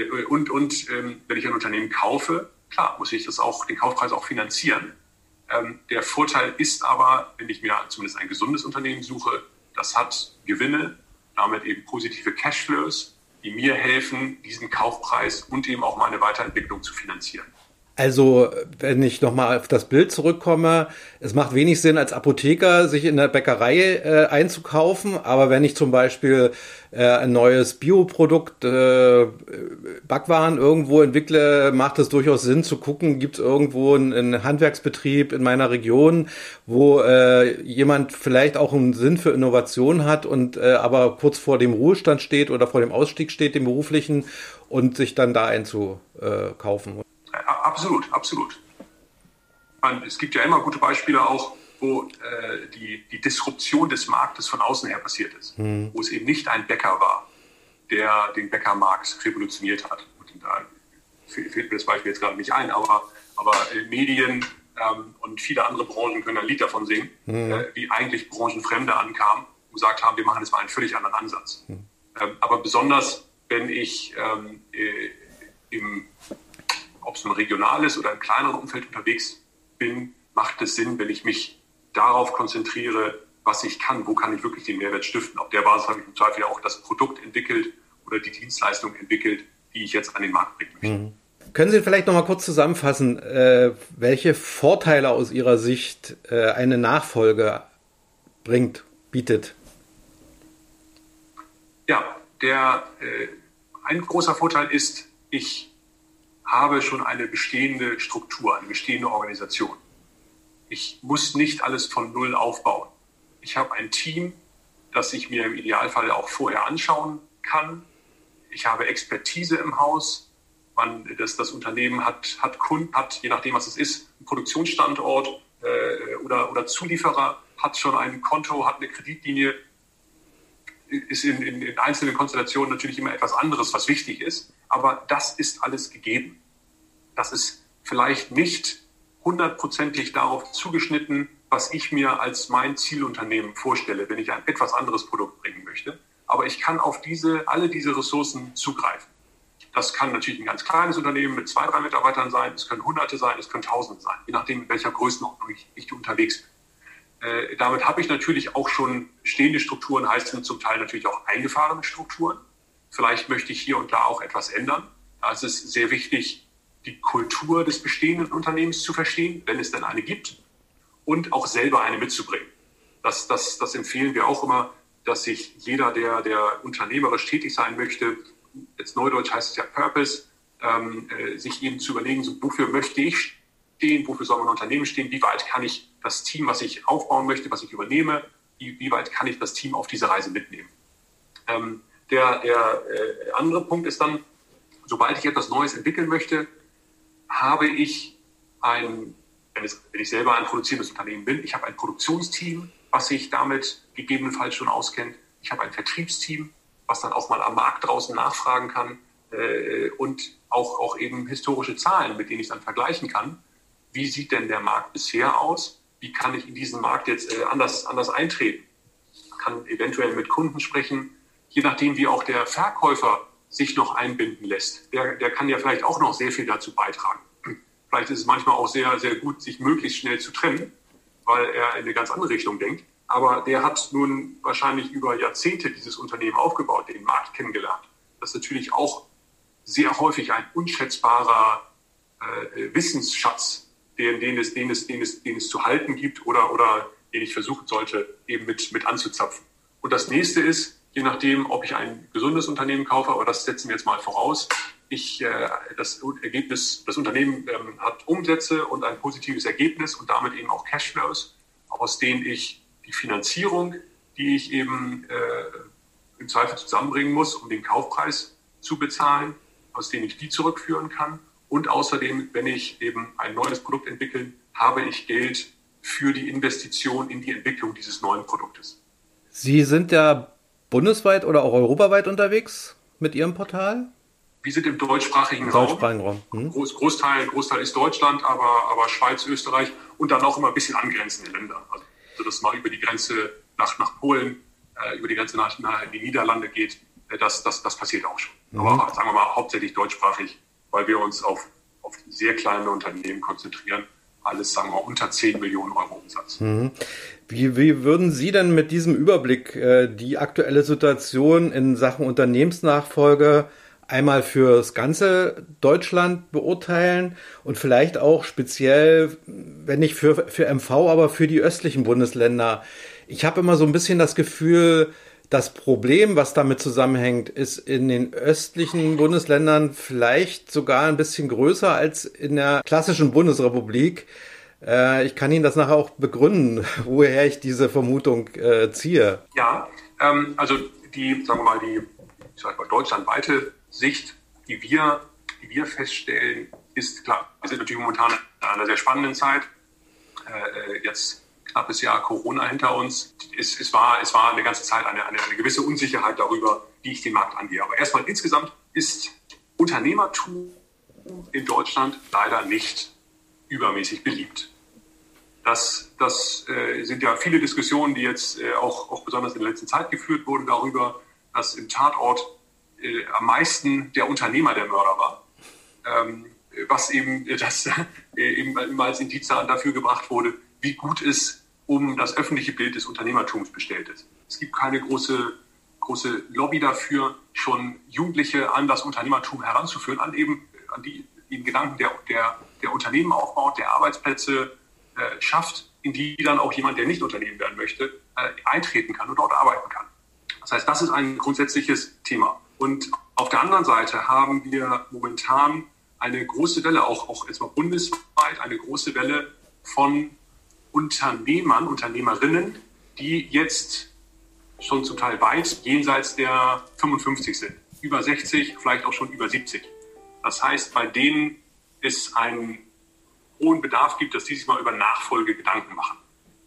wenn ich ein Unternehmen kaufe, klar, muss ich den Kaufpreis auch finanzieren. Der Vorteil ist aber, wenn ich mir zumindest ein gesundes Unternehmen suche, das hat Gewinne, damit eben positive Cashflows, die mir helfen, diesen Kaufpreis und eben auch meine Weiterentwicklung zu finanzieren.
Also, wenn ich nochmal auf das Bild zurückkomme, es macht wenig Sinn, als Apotheker sich in der Bäckerei einzukaufen, aber wenn ich zum Beispiel ein neues Bioprodukt, Backwaren irgendwo entwickle, macht es durchaus Sinn zu gucken, gibt es irgendwo einen Handwerksbetrieb in meiner Region, wo jemand vielleicht auch einen Sinn für Innovation hat und aber kurz vor dem Ruhestand steht oder vor dem Ausstieg steht, dem beruflichen, und sich dann da einzukaufen.
Absolut, absolut. Es gibt ja immer gute Beispiele auch, wo die Disruption des Marktes von außen her passiert ist. Wo es eben nicht ein Bäcker war, der den Bäckermarkt revolutioniert hat. Und da fällt mir das Beispiel jetzt gerade nicht ein, aber Medien und viele andere Branchen können ein Lied davon singen, wie eigentlich Branchenfremde ankamen und gesagt haben, wir machen jetzt mal einen völlig anderen Ansatz. Aber besonders, wenn ich ob es ein regionales oder ein kleineres Umfeld unterwegs bin, macht es Sinn, wenn ich mich darauf konzentriere, was ich kann, wo kann ich wirklich den Mehrwert stiften. Auf der Basis habe ich im Zweifel ja auch das Produkt entwickelt oder die Dienstleistung entwickelt, die ich jetzt an den Markt bringen möchte.
Können Sie vielleicht noch mal kurz zusammenfassen, welche Vorteile aus Ihrer Sicht eine Nachfolge bietet?
Ja, ein großer Vorteil ist, ich habe schon eine bestehende Struktur, eine bestehende Organisation. Ich muss nicht alles von Null aufbauen. Ich habe ein Team, das ich mir im Idealfall auch vorher anschauen kann. Ich habe Expertise im Haus. Das Unternehmen hat Kunden, hat, je nachdem was es ist, einen Produktionsstandort oder Zulieferer, hat schon ein Konto, hat eine Kreditlinie. Ist in einzelnen Konstellationen natürlich immer etwas anderes, was wichtig ist. Aber das ist alles gegeben. Das ist vielleicht nicht 100%ig darauf zugeschnitten, was ich mir als mein Zielunternehmen vorstelle, wenn ich ein etwas anderes Produkt bringen möchte. Aber ich kann auf alle diese Ressourcen zugreifen. Das kann natürlich ein ganz kleines Unternehmen mit 2, 3 Mitarbeitern sein. Es können Hunderte sein, es können Tausende sein, je nachdem, in welcher Größenordnung ich unterwegs bin. Damit habe ich natürlich auch schon stehende Strukturen, heißt zum Teil natürlich auch eingefahrene Strukturen. Vielleicht möchte ich hier und da auch etwas ändern. Da ist es sehr wichtig, die Kultur des bestehenden Unternehmens zu verstehen, wenn es denn eine gibt, und auch selber eine mitzubringen. Das empfehlen wir auch immer, dass sich jeder, der unternehmerisch tätig sein möchte, jetzt Neudeutsch heißt es ja Purpose, sich eben zu überlegen, so, wofür möchte ich stehen, wofür soll mein Unternehmen stehen, wie weit kann ich das Team, was ich aufbauen möchte, was ich übernehme, wie weit kann ich das Team auf diese Reise mitnehmen. Der andere Punkt ist dann, sobald ich etwas Neues entwickeln möchte, habe ich ein wenn ich selber ein produzierendes Unternehmen bin. Ich habe ein Produktionsteam, was sich damit gegebenenfalls schon auskennt. Ich habe ein Vertriebsteam, was dann auch mal am Markt draußen nachfragen kann und auch eben historische Zahlen, mit denen ich dann vergleichen kann. Wie sieht denn der Markt bisher aus? Wie kann ich in diesen Markt jetzt anders eintreten? Kann eventuell mit Kunden sprechen, je nachdem, wie auch der Verkäufer sich noch einbinden lässt. Der kann ja vielleicht auch noch sehr viel dazu beitragen. Vielleicht ist es manchmal auch sehr, sehr gut, sich möglichst schnell zu trennen, weil er in eine ganz andere Richtung denkt. Aber der hat nun wahrscheinlich über Jahrzehnte dieses Unternehmen aufgebaut, den Markt kennengelernt. Das ist natürlich auch sehr häufig ein unschätzbarer Wissensschatz, den es zu halten gibt oder den ich versuchen sollte, eben mit anzuzapfen. Und das nächste ist, je nachdem, ob ich ein gesundes Unternehmen kaufe, aber das setzen wir jetzt mal voraus, das Unternehmen hat Umsätze und ein positives Ergebnis und damit eben auch Cashflows, aus denen ich die Finanzierung, die ich eben im Zweifel zusammenbringen muss, um den Kaufpreis zu bezahlen, aus denen ich die zurückführen kann. Und außerdem, wenn ich eben ein neues Produkt entwickle, habe ich Geld für die Investition in die Entwicklung dieses neuen Produktes.
Sie sind ja bundesweit oder auch europaweit unterwegs mit Ihrem Portal?
Wir sind im deutschsprachigen Raum. Großteil ist Deutschland, aber Schweiz, Österreich und dann auch immer ein bisschen angrenzende Länder. Also dass mal über die Grenze nach Polen, über die Grenze nach die Niederlande geht, das passiert auch schon. Aber sagen wir mal hauptsächlich deutschsprachig, weil wir uns auf sehr kleine Unternehmen konzentrieren. Alles, sagen wir mal, unter 10 Millionen Euro Umsatz.
Wie würden Sie denn mit diesem Überblick die aktuelle Situation in Sachen Unternehmensnachfolge einmal für das ganze Deutschland beurteilen und vielleicht auch speziell, wenn nicht für MV, aber für die östlichen Bundesländer? Ich habe immer so ein bisschen das Gefühl, das Problem, was damit zusammenhängt, ist in den östlichen Bundesländern vielleicht sogar ein bisschen größer als in der klassischen Bundesrepublik. Ich kann Ihnen das nachher auch begründen, woher ich diese Vermutung ziehe.
Ja, also die deutschlandweite Sicht, die wir feststellen, ist klar, wir sind natürlich momentan in einer sehr spannenden Zeit. Jetzt knappes Jahr Corona hinter uns. Es war eine ganze Zeit eine gewisse Unsicherheit darüber, wie ich den Markt angehe. Aber erstmal insgesamt ist Unternehmertum in Deutschland leider nicht übermäßig beliebt. Das sind ja viele Diskussionen, die jetzt auch besonders in der letzten Zeit geführt wurden darüber, dass im Tatort am meisten der Unternehmer der Mörder war. Was eben eben als Indiz dafür gebracht wurde, wie gut es um das öffentliche Bild des Unternehmertums bestellt ist. Es gibt keine große Lobby dafür, schon Jugendliche an das Unternehmertum heranzuführen, an den Gedanken, der Unternehmen aufbaut, der Arbeitsplätze schafft, in die dann auch jemand, der nicht Unternehmen werden möchte, eintreten kann und dort arbeiten kann. Das heißt, das ist ein grundsätzliches Thema. Und auf der anderen Seite haben wir momentan eine große Welle, auch jetzt mal bundesweit, eine große Welle von Unternehmern, Unternehmerinnen, die jetzt schon zum Teil weit jenseits der 55 sind, über 60, vielleicht auch schon über 70. Das heißt, bei denen es einen hohen Bedarf gibt, dass die sich mal über Nachfolge Gedanken machen.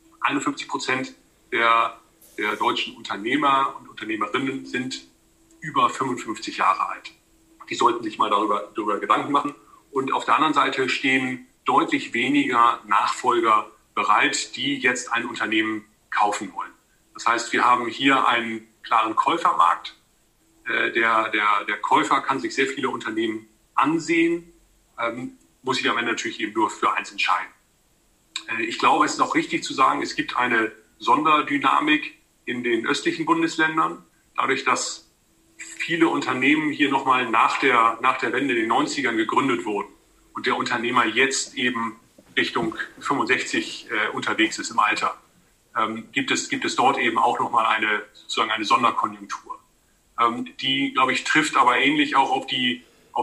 51% der deutschen Unternehmer und Unternehmerinnen sind über 55 Jahre alt. Die sollten sich mal darüber Gedanken machen. Und auf der anderen Seite stehen deutlich weniger Nachfolger bereit, die jetzt ein Unternehmen kaufen wollen. Das heißt, wir haben hier einen klaren Käufermarkt. Der Käufer kann sich sehr viele Unternehmen ansehen, muss sich am Ende natürlich eben nur für eins entscheiden. Ich glaube, es ist auch richtig zu sagen, es gibt eine Sonderdynamik in den östlichen Bundesländern, dadurch, dass viele Unternehmen hier nochmal nach der Wende in den 90ern gegründet wurden und der Unternehmer jetzt eben Richtung 65 unterwegs ist im Alter, gibt es dort eben auch nochmal eine Sonderkonjunktur. Die, glaube ich, trifft aber ähnlich auch auf die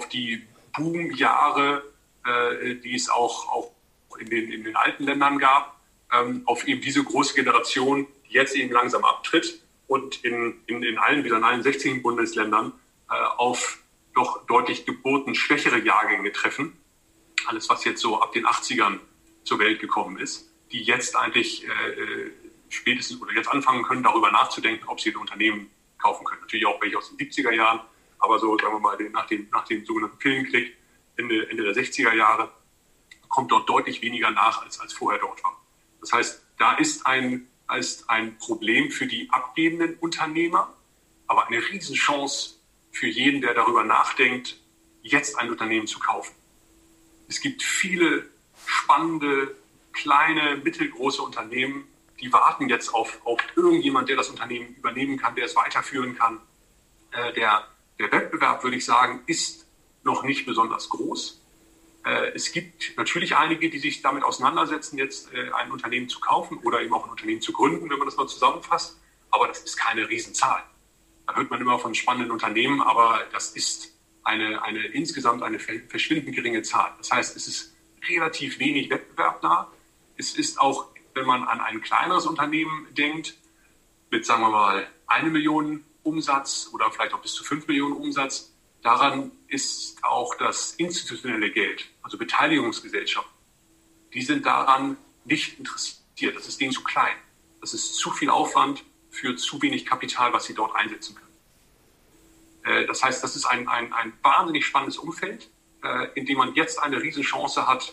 Boomjahre, die es auch in den alten Ländern gab, auf eben diese große Generation, die jetzt eben langsam abtritt und in allen 16 Bundesländern auf doch deutlich geburtenschwächere Jahrgänge treffen. Alles, was jetzt so ab den 80ern zur Welt gekommen ist, die jetzt eigentlich spätestens oder jetzt anfangen können, darüber nachzudenken, ob sie ein Unternehmen kaufen können. Natürlich auch welche aus den 70er Jahren, aber so, sagen wir mal, nach dem sogenannten Pillenkrieg Ende der 60er Jahre kommt dort deutlich weniger nach, als vorher dort war. Das heißt, da ist ein Problem für die abgebenden Unternehmer, aber eine Riesenchance für jeden, der darüber nachdenkt, jetzt ein Unternehmen zu kaufen. Es gibt viele spannende, kleine, mittelgroße Unternehmen, die warten jetzt auf irgendjemand, der das Unternehmen übernehmen kann, der es weiterführen kann. Der Wettbewerb, würde ich sagen, ist noch nicht besonders groß. Es gibt natürlich einige, die sich damit auseinandersetzen, jetzt ein Unternehmen zu kaufen oder eben auch ein Unternehmen zu gründen, wenn man das mal zusammenfasst. Aber das ist keine Riesenzahl. Da hört man immer von spannenden Unternehmen, aber das ist insgesamt eine verschwindend geringe Zahl. Das heißt, es ist relativ wenig Wettbewerb da. Es ist auch, wenn man an ein kleineres Unternehmen denkt, mit, sagen wir mal, 1 Million Umsatz oder vielleicht auch bis zu 5 Millionen Umsatz, daran ist auch das institutionelle Geld, also Beteiligungsgesellschaften, die sind daran nicht interessiert. Das ist denen zu klein. Das ist zu viel Aufwand für zu wenig Kapital, was sie dort einsetzen können. Das heißt, das ist ein wahnsinnig spannendes Umfeld, in dem man jetzt eine Riesenchance hat,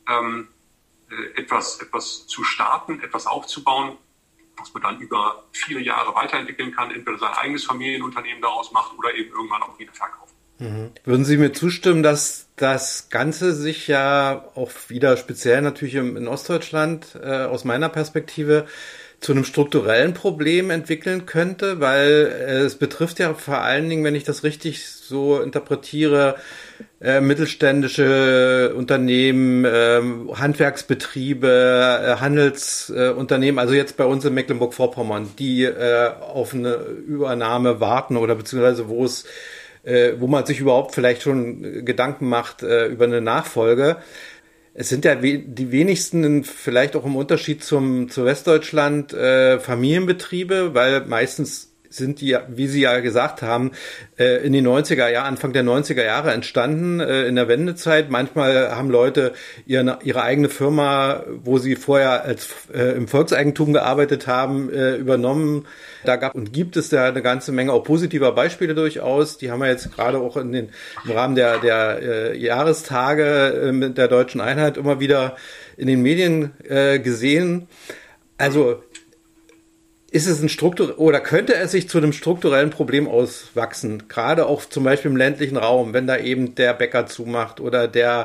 etwas zu starten, etwas aufzubauen, was man dann über viele Jahre weiterentwickeln kann, entweder sein eigenes Familienunternehmen daraus macht oder eben irgendwann auch wieder verkauft.
Würden Sie mir zustimmen, dass das Ganze sich ja auch wieder speziell natürlich in Ostdeutschland aus meiner Perspektive zu einem strukturellen Problem entwickeln könnte, weil es betrifft ja vor allen Dingen, wenn ich das richtig so interpretiere, mittelständische Unternehmen, Handwerksbetriebe, Handelsunternehmen, also jetzt bei uns in Mecklenburg-Vorpommern, die auf eine Übernahme warten oder beziehungsweise wo man sich überhaupt vielleicht schon Gedanken macht über eine Nachfolge. Es sind ja die wenigsten, vielleicht auch im Unterschied zu Westdeutschland, Familienbetriebe, weil meistens sind die, wie Sie ja gesagt haben, in den 90er Jahren, Anfang der 90er Jahre entstanden, in der Wendezeit. Manchmal haben Leute ihre eigene Firma, wo sie vorher im Volkseigentum gearbeitet haben, übernommen. Da gibt es ja eine ganze Menge auch positiver Beispiele durchaus. Die haben wir jetzt gerade auch im Rahmen der Jahrestage mit der Deutschen Einheit immer wieder in den Medien gesehen. Also ist es könnte es sich zu einem strukturellen Problem auswachsen, gerade auch zum Beispiel im ländlichen Raum, wenn da eben der Bäcker zumacht oder der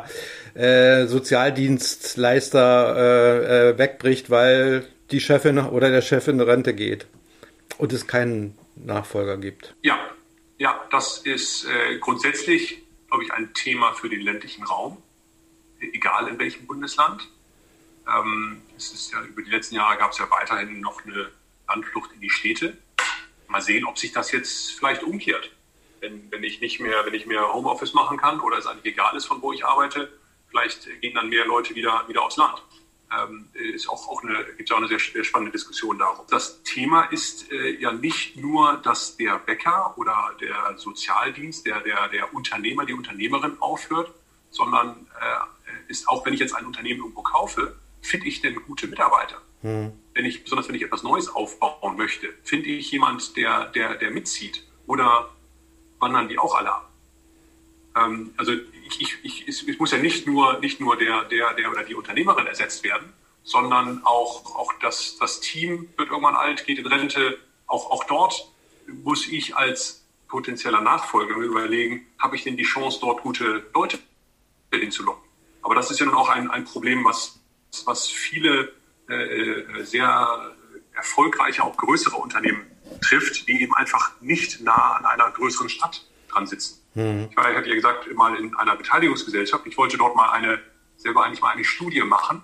Sozialdienstleister wegbricht, weil die Chefin oder der Chef in Rente geht und es keinen Nachfolger gibt?
Ja, das ist grundsätzlich, glaube ich, ein Thema für den ländlichen Raum, egal in welchem Bundesland. Es ist ja über die letzten Jahre gab es ja weiterhin noch eine Landflucht in die Städte. Mal sehen, ob sich das jetzt vielleicht umkehrt. Wenn ich mehr Homeoffice machen kann oder es eigentlich egal ist, von wo ich arbeite, vielleicht gehen dann mehr Leute wieder aufs Land. Gibt ja auch eine sehr, sehr spannende Diskussion darum. Das Thema ist ja nicht nur, dass der Bäcker oder der Sozialdienst, der Unternehmer, die Unternehmerin aufhört, sondern ist auch, wenn ich jetzt ein Unternehmen irgendwo kaufe, finde ich denn gute Mitarbeiter? Besonders wenn ich etwas Neues aufbauen möchte, finde ich jemand, der mitzieht, oder wandern die auch alle ab? Also es muss ja nicht nur der oder die Unternehmerin ersetzt werden, sondern auch das Team wird irgendwann alt, geht in Rente. Auch dort muss ich als potenzieller Nachfolger mir überlegen, habe ich denn die Chance, dort gute Leute hinzulocken? Aber das ist ja nun auch ein Problem, was viele sehr erfolgreiche, auch größere Unternehmen trifft, die eben einfach nicht nah an einer größeren Stadt dran sitzen. Ich hatte ja gesagt, mal in einer Beteiligungsgesellschaft. Ich wollte dort selber eigentlich mal eine Studie machen,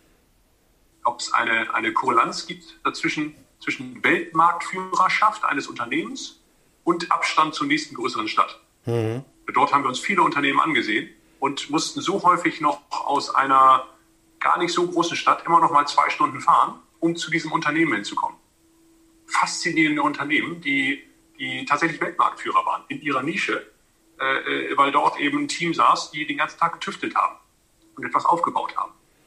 ob es eine Korrelanz gibt zwischen Weltmarktführerschaft eines Unternehmens und Abstand zur nächsten größeren Stadt. Dort haben wir uns viele Unternehmen angesehen und mussten so häufig noch aus einer gar nicht so großen Stadt immer noch mal 2 Stunden fahren, um zu diesem Unternehmen hinzukommen. Faszinierende Unternehmen, die tatsächlich Weltmarktführer waren in ihrer Nische, weil dort eben ein Team saß, die den ganzen Tag getüftelt haben und etwas aufgebaut haben.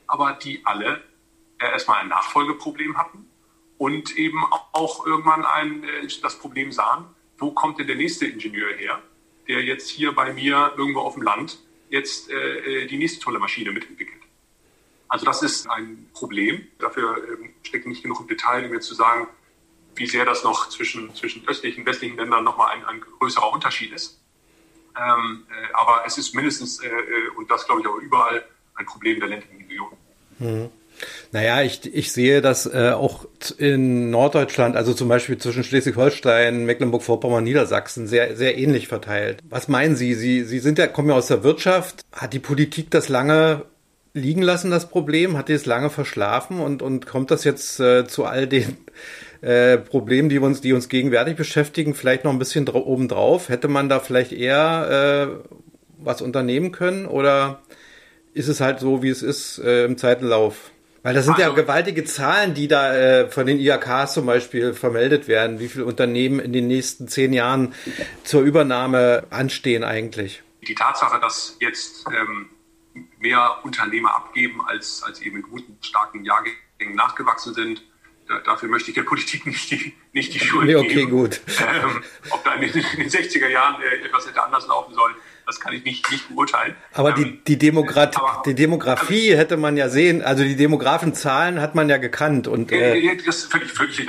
aber die alle erstmal ein Nachfolgeproblem hatten und eben auch irgendwann das Problem sahen, wo kommt denn der nächste Ingenieur her, der jetzt hier bei mir irgendwo auf dem Land jetzt die nächste tolle Maschine mitentwickelt. Also das ist ein Problem. Dafür steckt nicht genug im Detail, um jetzt zu sagen, wie sehr das noch zwischen östlichen und westlichen Ländern nochmal ein größerer Unterschied ist. Aber es ist mindestens, und das glaube ich auch überall, ein Problem der ländlichen Region.
Naja, ich sehe das auch in Norddeutschland, also zum Beispiel zwischen Schleswig-Holstein, Mecklenburg-Vorpommern, Niedersachsen, sehr, sehr ähnlich verteilt. Was meinen Sie? Sie kommen ja aus der Wirtschaft. Hat die Politik das lange liegen lassen, das Problem? Hat die es lange verschlafen und kommt das jetzt zu all den Problemen, die uns gegenwärtig beschäftigen, vielleicht noch ein bisschen obendrauf? Hätte man da vielleicht eher was unternehmen können oder ist es halt so, wie es ist im Zeitenlauf? Weil das sind ja gewaltige Zahlen, die da von den IHKs zum Beispiel vermeldet werden, wie viele Unternehmen in den nächsten 10 Jahren zur Übernahme anstehen eigentlich.
Die Tatsache, dass jetzt mehr Unternehmer abgeben, als eben in guten, starken Jahrgängen nachgewachsen sind, dafür möchte ich der Politik nicht die Schuld geben.
Okay, gut.
Ob da in den 60er Jahren etwas hätte anders laufen sollen, das kann ich nicht beurteilen.
Aber die Demografie hätte man ja sehen, also die Demografenzahlen hat man ja gekannt. Und,
das ist völlig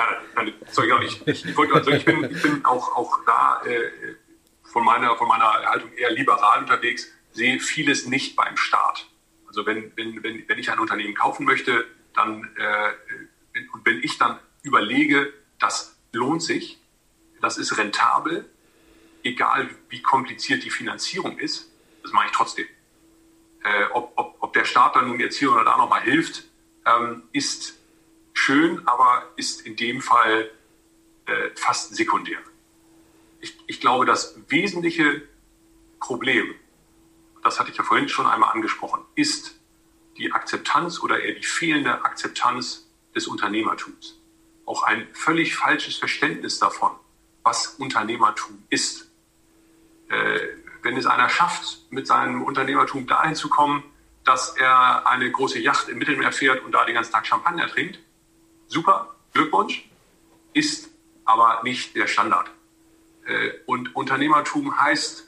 ich bin auch da von meiner Haltung eher liberal unterwegs, sehe vieles nicht beim Staat. Also wenn ich ein Unternehmen kaufen möchte, dann und wenn ich dann überlege, das lohnt sich, das ist rentabel, egal wie kompliziert die Finanzierung ist, das mache ich trotzdem. Ob der Staat dann nun jetzt hier oder da nochmal hilft, ist schön, aber ist in dem Fall fast sekundär. Ich glaube, das wesentliche Problem, das hatte ich ja vorhin schon einmal angesprochen, ist die Akzeptanz oder eher die fehlende Akzeptanz des Unternehmertums. Auch ein völlig falsches Verständnis davon, was Unternehmertum ist. Wenn es einer schafft, mit seinem Unternehmertum dahin zu kommen, dass er eine große Yacht im Mittelmeer fährt und da den ganzen Tag Champagner trinkt, super, Glückwunsch, ist aber nicht der Standard. Und Unternehmertum heißt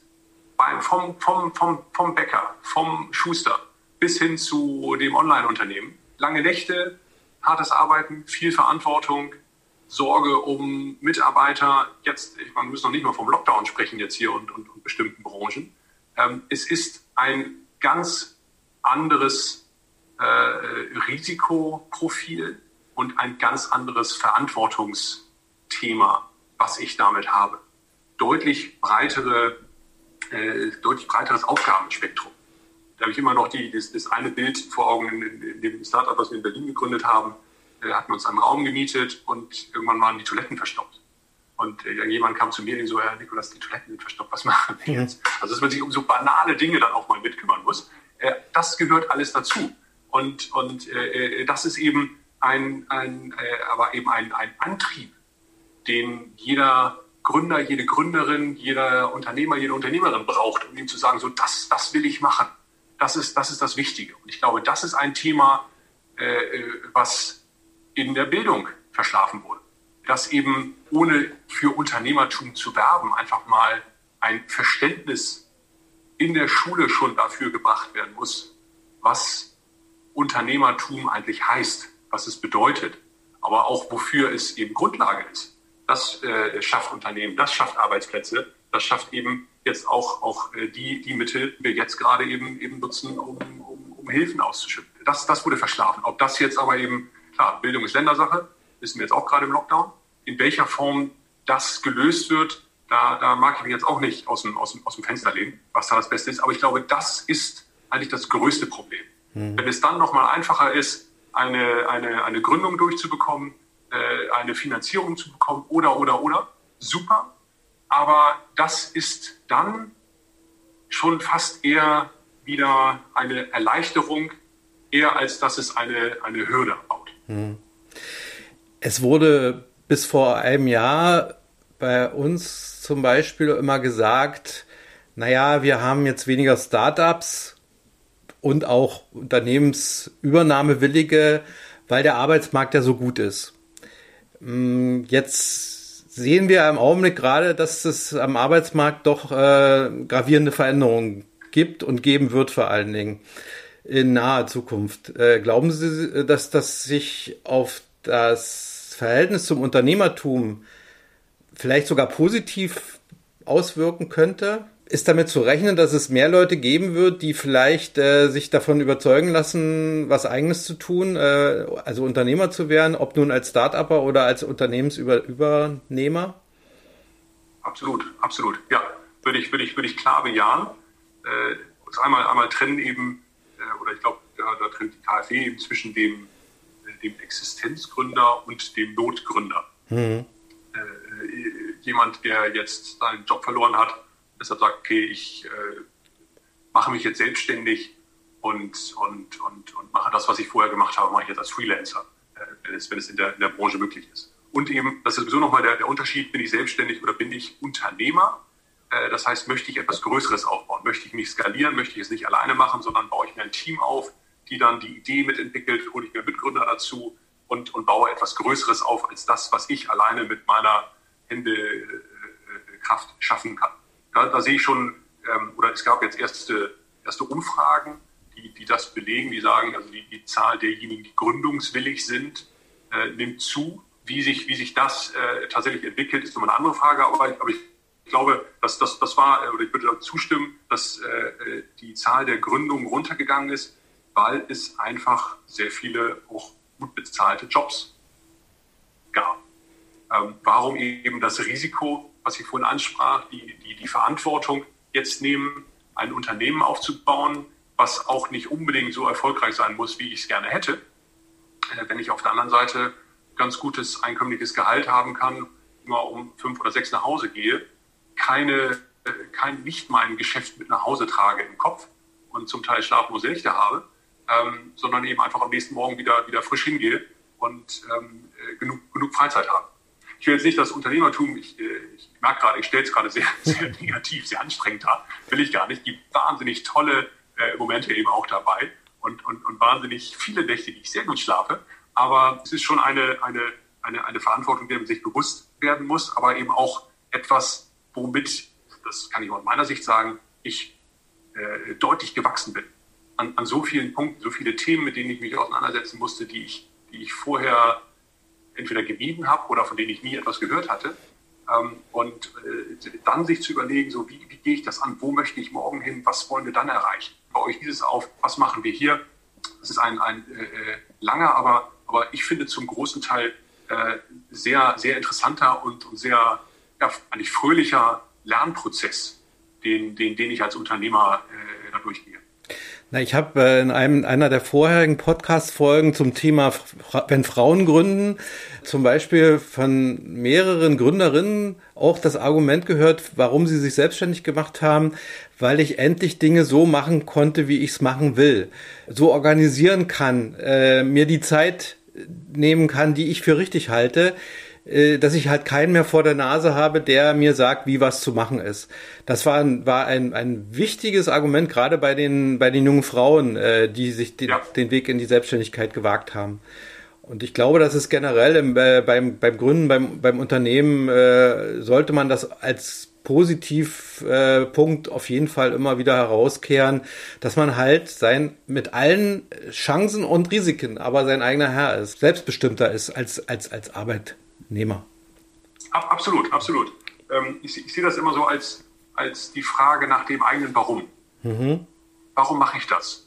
vom Bäcker, vom Schuster bis hin zu dem Online-Unternehmen. Lange Nächte, hartes Arbeiten, viel Verantwortung, Sorge um Mitarbeiter. Jetzt, wir müssen noch nicht mal vom Lockdown sprechen jetzt hier und bestimmten Branchen. Es ist ein ganz anderes Risikoprofil und ein ganz anderes Verantwortungsthema, was ich damit habe. Deutlich breiteres Aufgabenspektrum. Da habe ich immer noch das eine Bild vor Augen in dem Startup, was wir in Berlin gegründet haben. Hatten wir uns einen Raum gemietet und irgendwann waren die Toiletten verstopft. Und jemand kam zu mir und so, Herr Nikolas, die Toiletten sind verstopft, was machen wir jetzt? Also, dass man sich um so banale Dinge dann auch mal mitkümmern muss. Das gehört alles dazu. Und das ist eben ein Antrieb, den jeder Gründer, jede Gründerin, jeder Unternehmer, jede Unternehmerin braucht, um ihm zu sagen, so, das will ich machen. Das ist das Wichtige. Und ich glaube, das ist ein Thema, was in der Bildung verschlafen wurde. Dass eben ohne für Unternehmertum zu werben, einfach mal ein Verständnis in der Schule schon dafür gebracht werden muss, was Unternehmertum eigentlich heißt, was es bedeutet, aber auch wofür es eben Grundlage ist. Das schafft Unternehmen, das schafft Arbeitsplätze, das schafft eben jetzt auch die Mittel, die wir jetzt gerade eben nutzen, um Hilfen auszuschütten. Das wurde verschlafen. Ob das jetzt aber eben, klar, Bildung ist Ländersache, wissen wir jetzt auch gerade im Lockdown. In welcher Form das gelöst wird, da mag ich mich jetzt auch nicht aus dem Fenster lehnen, was da das Beste ist. Aber ich glaube, das ist eigentlich das größte Problem. Wenn es dann nochmal einfacher ist, eine Gründung durchzubekommen, eine Finanzierung zu bekommen oder, super. Aber das ist dann schon fast eher wieder eine Erleichterung, eher als dass es eine Hürde baut.
Es wurde bis vor einem Jahr bei uns zum Beispiel immer gesagt, naja, wir haben jetzt weniger Startups, und auch Unternehmensübernahmewillige, weil der Arbeitsmarkt ja so gut ist. Jetzt sehen wir im Augenblick gerade, dass es am Arbeitsmarkt doch gravierende Veränderungen gibt und geben wird, vor allen Dingen in naher Zukunft. Glauben Sie, dass das sich auf das Verhältnis zum Unternehmertum vielleicht sogar positiv auswirken könnte? Ist damit zu rechnen, dass es mehr Leute geben wird, die vielleicht sich davon überzeugen lassen, was Eigenes zu tun, also Unternehmer zu werden, ob nun als Start-Upper oder als Unternehmensübernehmer?
Absolut, absolut. Ja, würde ich klar bejahen. Einmal trennen eben, oder ich glaube, da trennt die KfW eben zwischen dem Existenzgründer und dem Notgründer. Jemand, der jetzt seinen Job verloren hat, deshalb sagt, okay, ich mache mich jetzt selbstständig und mache das, was ich vorher gemacht habe, mache ich jetzt als Freelancer, wenn es in der Branche möglich ist. Und eben, das ist sowieso nochmal der Unterschied, bin ich selbstständig oder bin ich Unternehmer? Das heißt, möchte ich etwas Größeres aufbauen? Möchte ich mich skalieren? Möchte ich es nicht alleine machen, sondern baue ich mir ein Team auf, die dann die Idee mitentwickelt, hole ich mir Mitgründer dazu und baue etwas Größeres auf als das, was ich alleine mit meiner Händekraft schaffen kann. Da sehe ich schon, oder es gab jetzt erste Umfragen, die das belegen, die sagen, also die Zahl derjenigen, die gründungswillig sind, nimmt zu. Wie sich das tatsächlich entwickelt, ist nochmal eine andere Frage, aber ich glaube, dass das war, oder ich würde zustimmen, dass die Zahl der Gründungen runtergegangen ist, weil es einfach sehr viele auch gut bezahlte Jobs gab. Warum eben das Risiko, was ich vorhin ansprach, die Verantwortung jetzt nehmen, ein Unternehmen aufzubauen, was auch nicht unbedingt so erfolgreich sein muss, wie ich es gerne hätte, wenn ich auf der anderen Seite ganz gutes einkömmliches Gehalt haben kann, immer um 5 oder 6 nach Hause gehe, nicht mein Geschäft mit nach Hause trage im Kopf und zum Teil schlaflose Nächte habe, sondern eben einfach am nächsten Morgen wieder frisch hingehe und genug Freizeit habe. Ich will jetzt nicht das Unternehmertum, ich merke gerade, ich stelle es gerade sehr, sehr negativ, sehr anstrengend dar, will ich gar nicht. Es gibt wahnsinnig tolle Momente eben auch dabei und wahnsinnig viele Nächte, die ich sehr gut schlafe. Aber es ist schon eine Verantwortung, der man sich bewusst werden muss, aber eben auch etwas, womit, das kann ich aus meiner Sicht sagen, ich deutlich gewachsen bin. An so vielen Punkten, so viele Themen, mit denen ich mich auseinandersetzen musste, die ich vorher entweder gemieden habe oder von denen ich nie etwas gehört hatte. Dann sich zu überlegen, so wie gehe ich das an, wo möchte ich morgen hin, was wollen wir dann erreichen? Bei euch dieses auf, was machen wir hier? Das ist ein langer, aber ich finde zum großen Teil sehr, sehr interessanter und sehr eigentlich fröhlicher Lernprozess, den ich als Unternehmer da durchgehe.
Na, ich habe in einer der vorherigen Podcast-Folgen zum Thema, wenn Frauen gründen, zum Beispiel von mehreren Gründerinnen auch das Argument gehört, warum sie sich selbstständig gemacht haben, weil ich endlich Dinge so machen konnte, wie ich es machen will. So organisieren kann, mir die Zeit nehmen kann, die ich für richtig halte, dass ich halt keinen mehr vor der Nase habe, der mir sagt, wie was zu machen ist. Das war ein wichtiges Argument, gerade bei den jungen Frauen, die sich den Weg in die Selbstständigkeit gewagt haben. Und ich glaube, dass es generell beim Gründen, beim Unternehmen, sollte man das als Positivpunkt auf jeden Fall immer wieder herauskehren, dass man halt mit allen Chancen und Risiken, aber sein eigener Herr ist, selbstbestimmter ist als Arbeitnehmer.
Absolut, absolut. Ich sehe das immer so als die Frage nach dem eigenen Warum. Warum mache ich das?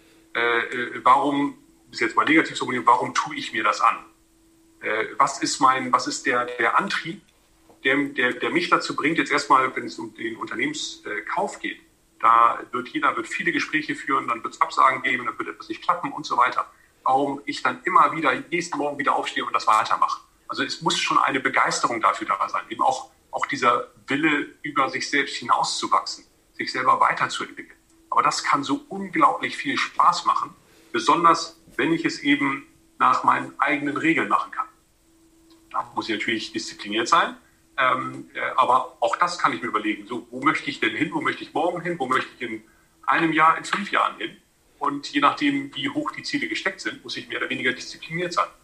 Warum, bis jetzt mal negativ zu formulieren, warum tue ich mir das an? Was ist der Antrieb, der mich dazu bringt, jetzt erstmal, wenn es um den Unternehmenskauf geht, da wird viele Gespräche führen, dann wird es Absagen geben, dann wird etwas nicht klappen und so weiter. Warum ich dann immer wieder nächsten Morgen wieder aufstehe und das weitermache. Also es muss schon eine Begeisterung dafür da sein, eben auch dieser Wille, über sich selbst hinauszuwachsen, sich selber weiterzuentwickeln. Aber das kann so unglaublich viel Spaß machen, besonders wenn ich es eben nach meinen eigenen Regeln machen kann. Da muss ich natürlich diszipliniert sein, aber auch das kann ich mir überlegen. So, wo möchte ich denn hin? Wo möchte ich morgen hin? Wo möchte ich in einem Jahr, in 5 Jahren hin? und je nachdem, wie hoch die Ziele gesteckt sind, muss ich mehr oder weniger diszipliniert sein.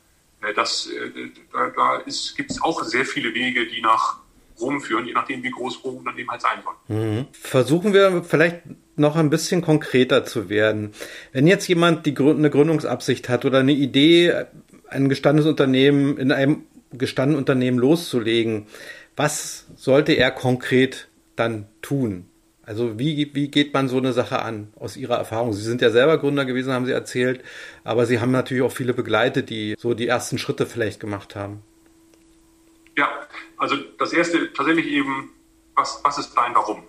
Gibt es auch sehr viele Wege, die nach Rom führen, je nachdem, wie groß Rom dann eben halt sein soll.
Versuchen wir vielleicht noch ein bisschen konkreter zu werden. Wenn jetzt jemand eine Gründungsabsicht hat oder eine Idee, ein gestandenes Unternehmen in einem gestandenen Unternehmen loszulegen, was sollte er konkret dann tun? Also wie geht man so eine Sache an aus Ihrer Erfahrung? Sie sind ja selber Gründer gewesen, haben Sie erzählt, aber Sie haben natürlich auch viele begleitet, die so die ersten Schritte vielleicht gemacht haben.
Ja, also das Erste tatsächlich eben, was ist dein Warum?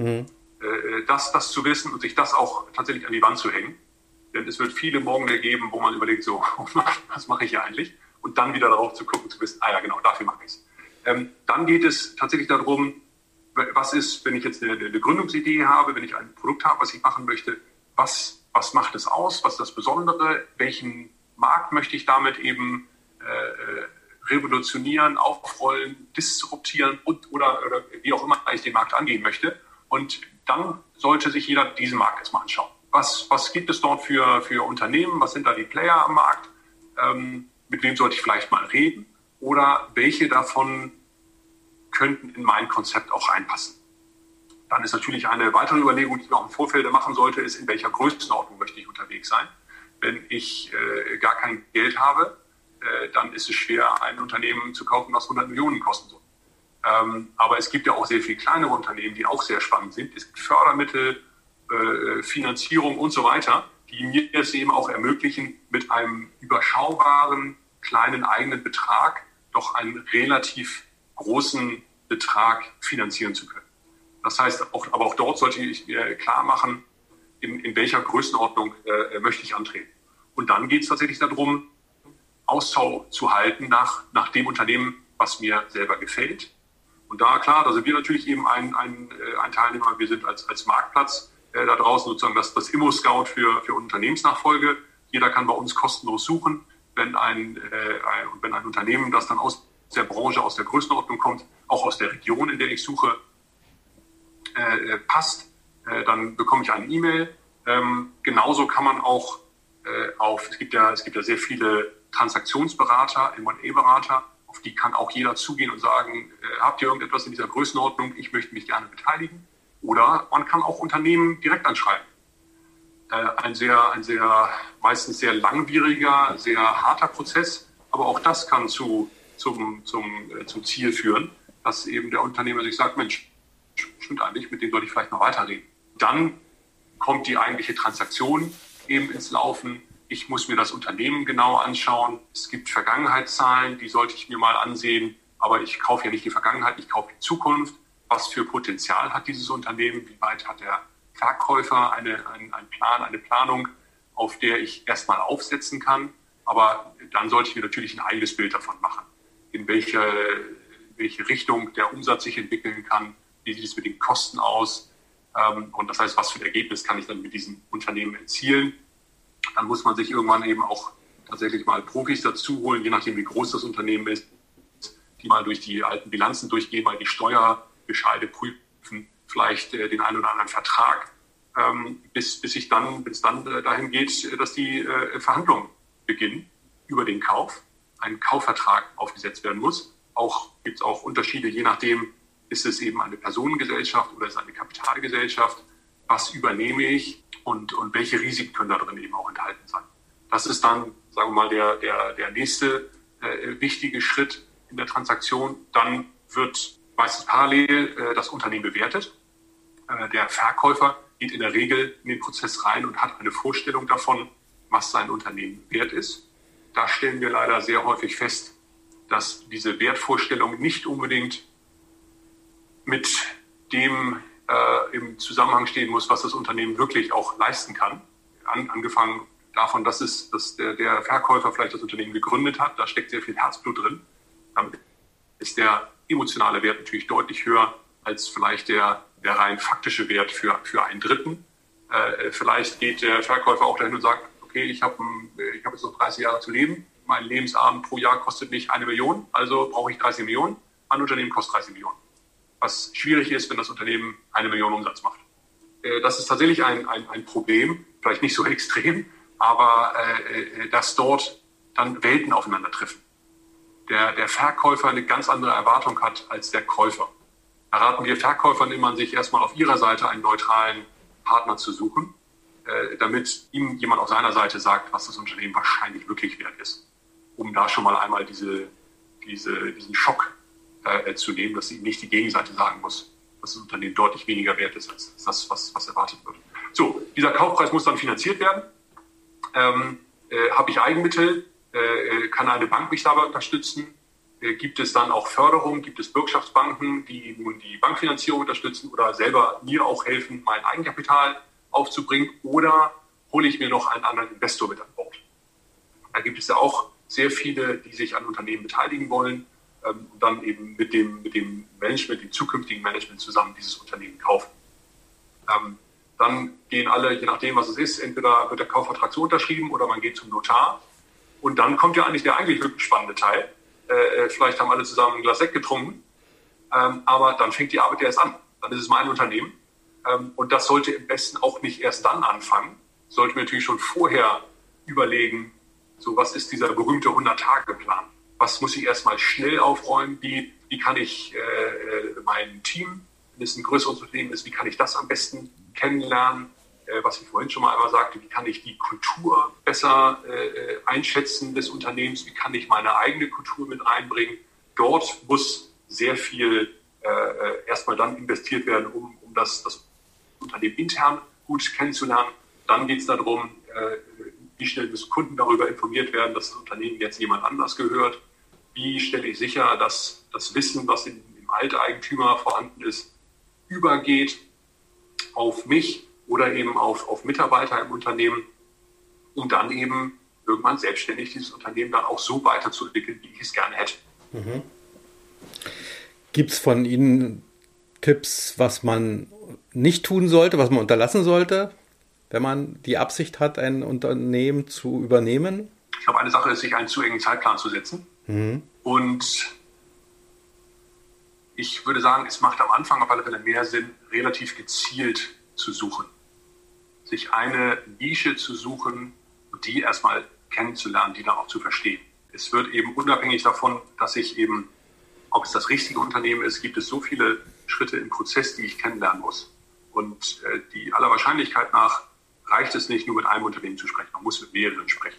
Das zu wissen und sich das auch tatsächlich an die Wand zu hängen. Denn es wird viele Morgen geben, wo man überlegt, so, was mache ich hier eigentlich? Und dann wieder darauf zu gucken, zu wissen, ja genau, dafür mache ich es. Dann geht es tatsächlich darum, was ist, wenn ich jetzt eine Gründungsidee habe, wenn ich ein Produkt habe, was ich machen möchte, was macht es aus, was ist das Besondere, welchen Markt möchte ich damit eben revolutionieren, aufrollen, disruptieren oder wie auch immer ich den Markt angehen möchte. Und dann sollte sich jeder diesen Markt erstmal anschauen. Was gibt es dort für Unternehmen, was sind da die Player am Markt, mit wem sollte ich vielleicht mal reden oder welche davon könnten in mein Konzept auch reinpassen. Dann ist natürlich eine weitere Überlegung, die ich noch im Vorfeld machen sollte, ist, in welcher Größenordnung möchte ich unterwegs sein. Wenn ich gar kein Geld habe, dann ist es schwer, ein Unternehmen zu kaufen, was 100 Millionen kosten soll. Aber es gibt ja auch sehr viele kleinere Unternehmen, die auch sehr spannend sind. Es gibt Fördermittel, Finanzierung und so weiter, die mir es eben auch ermöglichen, mit einem überschaubaren, kleinen eigenen Betrag doch einen relativ großen Betrag finanzieren zu können. Das heißt, aber auch dort sollte ich mir klar machen, in welcher Größenordnung möchte ich antreten. Und dann geht es tatsächlich darum, Ausschau zu halten nach dem Unternehmen, was mir selber gefällt. Und da sind wir natürlich eben ein Teilnehmer. Wir sind als Marktplatz da draußen sozusagen das Immo-Scout für Unternehmensnachfolge. Jeder kann bei uns kostenlos suchen, wenn ein Unternehmen, das dann aus der Branche, aus der Größenordnung kommt, auch aus der Region, in der ich suche, passt, dann bekomme ich eine E-Mail. Genauso kann man auch es gibt ja sehr viele Transaktionsberater, M&A-Berater, auf die kann auch jeder zugehen und sagen, habt ihr irgendetwas in dieser Größenordnung, ich möchte mich gerne beteiligen. Oder man kann auch Unternehmen direkt anschreiben. Ein meistens sehr langwieriger, sehr harter Prozess, aber auch das kann zum Ziel führen, dass eben der Unternehmer sich sagt, Mensch, stimmt eigentlich, mit dem sollte ich vielleicht noch weiterreden. Dann kommt die eigentliche Transaktion eben ins Laufen. Ich muss mir das Unternehmen genau anschauen. Es gibt Vergangenheitszahlen, die sollte ich mir mal ansehen. Aber ich kaufe ja nicht die Vergangenheit, ich kaufe die Zukunft. Was für Potenzial hat dieses Unternehmen? Wie weit hat der Verkäufer einen Plan, eine Planung, auf der ich erstmal aufsetzen kann? Aber dann sollte ich mir natürlich ein eigenes Bild davon machen. In welche Richtung der Umsatz sich entwickeln kann, wie sieht es mit den Kosten aus? Und das heißt, was für ein Ergebnis kann ich dann mit diesem Unternehmen erzielen? Dann muss man sich irgendwann eben auch tatsächlich mal Profis dazu holen, je nachdem, wie groß das Unternehmen ist, die mal durch die alten Bilanzen durchgehen, mal die Steuerbescheide prüfen, vielleicht den einen oder anderen Vertrag, bis es dann dahin geht, dass die Verhandlungen beginnen über den Kauf. Ein Kaufvertrag aufgesetzt werden muss. Gibt es auch Unterschiede, je nachdem, ist es eben eine Personengesellschaft oder ist es eine Kapitalgesellschaft? Was übernehme ich und welche Risiken können da drin eben auch enthalten sein? Das ist dann, sagen wir mal, der nächste wichtige Schritt in der Transaktion. Dann wird meistens parallel das Unternehmen bewertet. Der Verkäufer geht in der Regel in den Prozess rein und hat eine Vorstellung davon, was sein Unternehmen wert ist. Da stellen wir leider sehr häufig fest, dass diese Wertvorstellung nicht unbedingt mit dem im Zusammenhang stehen muss, was das Unternehmen wirklich auch leisten kann. Angefangen davon, dass der Verkäufer vielleicht das Unternehmen gegründet hat, da steckt sehr viel Herzblut drin. Damit ist der emotionale Wert natürlich deutlich höher als vielleicht der rein faktische Wert für einen Dritten. Vielleicht geht der Verkäufer auch dahin und sagt, okay, ich habe jetzt noch 30 Jahre zu leben, mein Lebensabend pro Jahr kostet mich 1 Million, also brauche ich 30 Millionen, ein Unternehmen kostet 30 Millionen. Was schwierig ist, wenn das Unternehmen 1 Million Umsatz macht. Das ist tatsächlich ein Problem, vielleicht nicht so extrem, aber dass dort dann Welten aufeinandertreffen. Der Verkäufer eine ganz andere Erwartung hat als der Käufer. Da raten wir Verkäufern immer, sich erstmal auf ihrer Seite einen neutralen Partner zu suchen, damit ihm jemand auf seiner Seite sagt, was das Unternehmen wahrscheinlich wirklich wert ist, um da schon mal einmal diesen Schock zu nehmen, dass ihm nicht die Gegenseite sagen muss, dass das Unternehmen deutlich weniger wert ist als das, was erwartet wird. So, dieser Kaufpreis muss dann finanziert werden. Habe ich Eigenmittel? Kann eine Bank mich dabei unterstützen? Gibt es dann auch Förderung? Gibt es Bürgschaftsbanken, die nun die Bankfinanzierung unterstützen oder selber mir auch helfen, mein Eigenkapital aufzubringen? Oder hole ich mir noch einen anderen Investor mit an Bord? Da gibt es ja auch sehr viele, die sich an Unternehmen beteiligen wollen und dann eben mit dem Management, dem zukünftigen Management zusammen dieses Unternehmen kaufen. Dann gehen alle, je nachdem, was es ist, entweder wird der Kaufvertrag so unterschrieben oder man geht zum Notar. Und dann kommt ja eigentlich der eigentlich wirklich spannende Teil. Vielleicht haben alle zusammen ein Glas Sekt getrunken, aber dann fängt die Arbeit erst an. Dann ist es mein Unternehmen. Und das sollte im besten auch nicht erst dann anfangen. Sollte mir natürlich schon vorher überlegen, so was ist dieser berühmte 100-Tage-Plan? Was muss ich erstmal schnell aufräumen? Wie kann ich mein Team, wenn es ein größeres Unternehmen ist, wie kann ich das am besten kennenlernen? Was ich vorhin schon mal einmal sagte, wie kann ich die Kultur besser einschätzen des Unternehmens? Wie kann ich meine eigene Kultur mit einbringen? Dort muss sehr viel erstmal dann investiert werden, um das Unternehmen intern gut kennenzulernen. Dann geht es darum, wie schnell müssen Kunden darüber informiert werden, dass das Unternehmen jetzt jemand anders gehört. Wie stelle ich sicher, dass das Wissen, was im Alteigentümer vorhanden ist, übergeht auf mich oder eben auf Mitarbeiter im Unternehmen, um dann eben irgendwann selbstständig dieses Unternehmen dann auch so weiterzuentwickeln, wie ich es gerne hätte.
Mhm. Gibt es von Ihnen Tipps, was man nicht tun sollte, was man unterlassen sollte, wenn man die Absicht hat, ein Unternehmen zu übernehmen?
Ich glaube, eine Sache ist, sich einen zu engen Zeitplan zu setzen. Mhm. Und ich würde sagen, es macht am Anfang auf alle Fälle mehr Sinn, relativ gezielt zu suchen. Sich eine Nische zu suchen und die erstmal kennenzulernen, die dann auch zu verstehen. Es wird eben unabhängig davon, dass ich eben, ob es das richtige Unternehmen ist, gibt es so viele Schritte im Prozess, die ich kennenlernen muss. Und die aller Wahrscheinlichkeit nach reicht es nicht, nur mit einem Unternehmen zu sprechen. Man muss mit mehreren sprechen.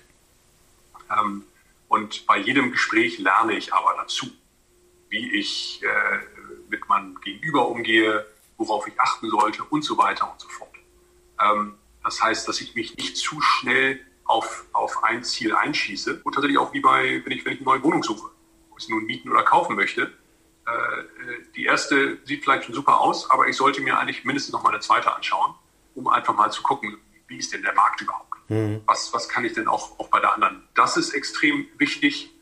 Und bei jedem Gespräch lerne ich aber dazu, wie ich mit meinem Gegenüber umgehe, worauf ich achten sollte und so weiter und so fort. Das heißt, dass ich mich nicht zu schnell auf ein Ziel einschieße. Und tatsächlich auch wie wenn ich eine neue Wohnung suche, ob ich sie nun mieten oder kaufen möchte. Die erste sieht vielleicht schon super aus, aber ich sollte mir eigentlich mindestens noch mal eine zweite anschauen, um einfach mal zu gucken, wie ist denn der Markt überhaupt? Mhm. Was kann ich denn auch bei der anderen? Das ist extrem wichtig.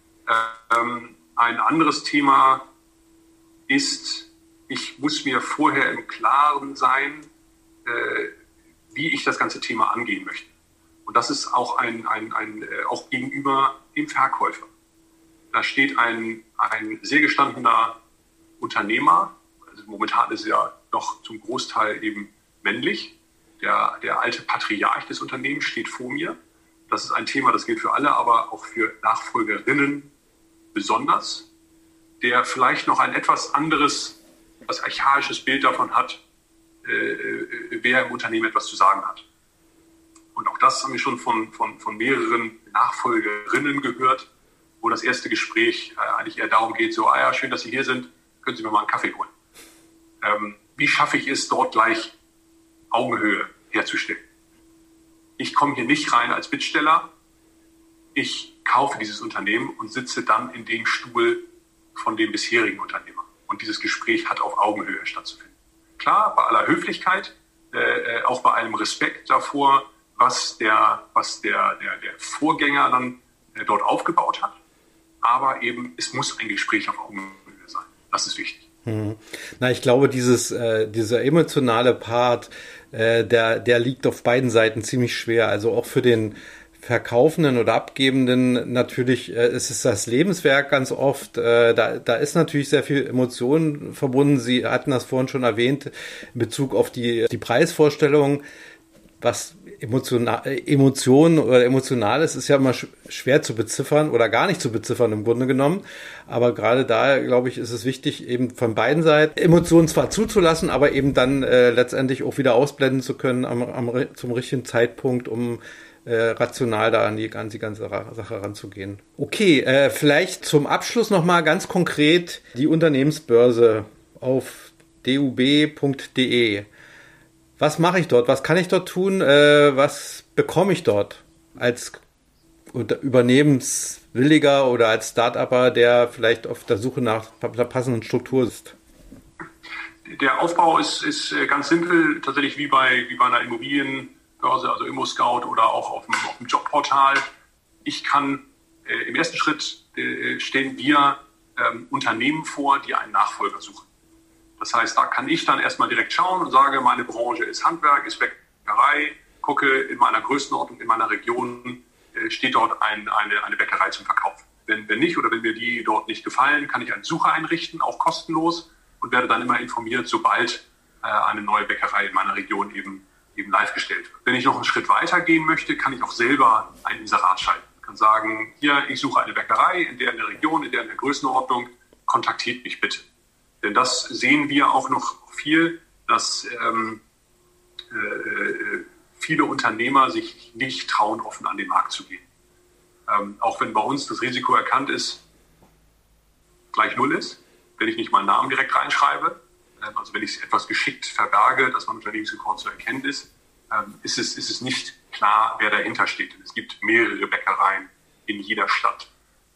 Ein anderes Thema ist, ich muss mir vorher im Klaren sein, wie ich das ganze Thema angehen möchte. Und das ist auch auch gegenüber dem Verkäufer. Da steht ein sehr gestandener Unternehmer, also momentan ist er ja noch zum Großteil eben männlich. Der alte Patriarch des Unternehmens steht vor mir. Das ist ein Thema, das gilt für alle, aber auch für Nachfolgerinnen besonders, der vielleicht noch ein etwas anderes, etwas archaisches Bild davon hat, wer im Unternehmen etwas zu sagen hat. Und auch das haben wir schon von mehreren Nachfolgerinnen gehört, wo das erste Gespräch eigentlich eher darum geht, so, ja, schön, dass Sie hier sind, können Sie mir mal einen Kaffee holen. Wie schaffe ich es, dort gleich Augenhöhe herzustellen? Ich komme hier nicht rein als Bittsteller, ich kaufe dieses Unternehmen und sitze dann in dem Stuhl von dem bisherigen Unternehmer. Und dieses Gespräch hat auf Augenhöhe stattzufinden. Klar, bei aller Höflichkeit, auch bei allem Respekt davor, was der Vorgänger dann dort aufgebaut hat. Aber eben, es muss ein Gespräch auf Augenhöhe sein. Das ist wichtig.
Na, ich glaube, dieser emotionale Part, der liegt auf beiden Seiten ziemlich schwer. Also auch für den Verkaufenden oder Abgebenden natürlich ist es das Lebenswerk ganz oft. Da ist natürlich sehr viel Emotion verbunden. Sie hatten das vorhin schon erwähnt in Bezug auf die Preisvorstellung. was Emotionen oder Emotionales ist ja immer schwer zu beziffern oder gar nicht zu beziffern im Grunde genommen. Aber gerade da, glaube ich, ist es wichtig, eben von beiden Seiten Emotionen zwar zuzulassen, aber eben dann letztendlich auch wieder ausblenden zu können zum richtigen Zeitpunkt, um rational da an die ganze Sache ranzugehen. Okay, vielleicht zum Abschluss nochmal ganz konkret die Unternehmensbörse auf dub.de. Was mache ich dort? Was kann ich dort tun? Was bekomme ich dort als Übernehmenswilliger oder als Start-Upper, der vielleicht auf der Suche nach einer passenden Struktur ist?
Der Aufbau ist ganz simpel, tatsächlich wie bei einer Immobilienbörse, also ImmoScout oder auch auf dem Jobportal. Ich kann im ersten Schritt stellen wir Unternehmen vor, die einen Nachfolger suchen. Das heißt, da kann ich dann erstmal direkt schauen und sage, meine Branche ist Handwerk, ist Bäckerei, gucke in meiner Größenordnung, in meiner Region, steht dort eine Bäckerei zum Verkauf. Wenn nicht oder wenn mir die dort nicht gefallen, kann ich eine Suche einrichten, auch kostenlos, und werde dann immer informiert, sobald eine neue Bäckerei in meiner Region eben live gestellt wird. Wenn ich noch einen Schritt weiter gehen möchte, kann ich auch selber ein Inserat schalten. Ich kann sagen, hier, ich suche eine Bäckerei in der Region, in der Größenordnung, kontaktiert mich bitte. Denn das sehen wir auch noch viel, dass viele Unternehmer sich nicht trauen, offen an den Markt zu gehen. Auch wenn bei uns das Risiko erkannt ist, gleich null ist, wenn ich nicht meinen Namen direkt reinschreibe, also wenn ich es etwas geschickt verberge, dass mein Unternehmensrekord zu erkennen ist, ist es nicht klar, wer dahinter steht. Es gibt mehrere Bäckereien in jeder Stadt,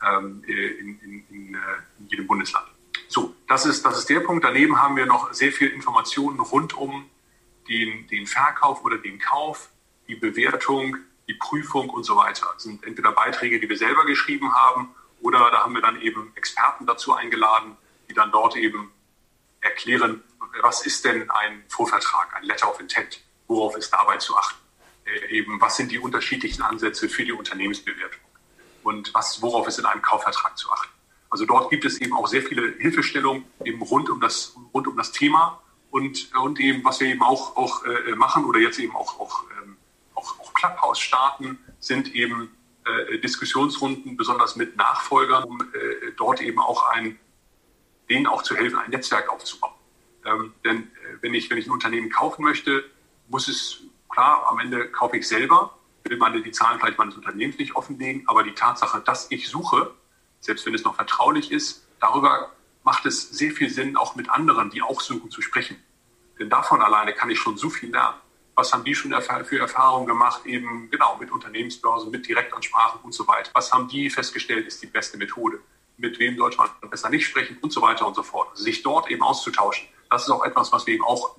in jedem Bundesland. So, das ist der Punkt. Daneben haben wir noch sehr viel Informationen rund um den Verkauf oder den Kauf, die Bewertung, die Prüfung und so weiter. Das sind entweder Beiträge, die wir selber geschrieben haben, oder da haben wir dann eben Experten dazu eingeladen, die dann dort eben erklären, was ist denn ein Vorvertrag, ein Letter of Intent, worauf ist dabei zu achten, was sind die unterschiedlichen Ansätze für die Unternehmensbewertung und worauf ist in einem Kaufvertrag zu achten. Also dort gibt es eben auch sehr viele Hilfestellungen eben rund um das Thema und eben, was wir eben auch machen oder jetzt eben auch Clubhouse starten, sind eben Diskussionsrunden, besonders mit Nachfolgern, um dort eben auch denen auch zu helfen, ein Netzwerk aufzubauen. Denn wenn ich ein Unternehmen kaufen möchte, muss es, klar, am Ende kaufe ich selber, will man die Zahlen vielleicht meines Unternehmens nicht offenlegen, aber die Tatsache, dass ich suche, selbst wenn es noch vertraulich ist, darüber macht es sehr viel Sinn, auch mit anderen, die auch suchen, zu sprechen. Denn davon alleine kann ich schon so viel lernen. Was haben die schon für Erfahrungen gemacht, eben genau mit Unternehmensbörsen, mit Direktansprachen und so weiter? Was haben die festgestellt, ist die beste Methode? Mit wem sollte man besser nicht sprechen und so weiter und so fort. Also sich dort eben auszutauschen, das ist auch etwas, was wir eben auch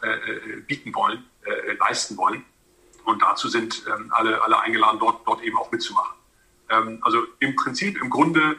bieten wollen, leisten wollen. Und dazu sind alle eingeladen, dort eben auch mitzumachen. Also im Grunde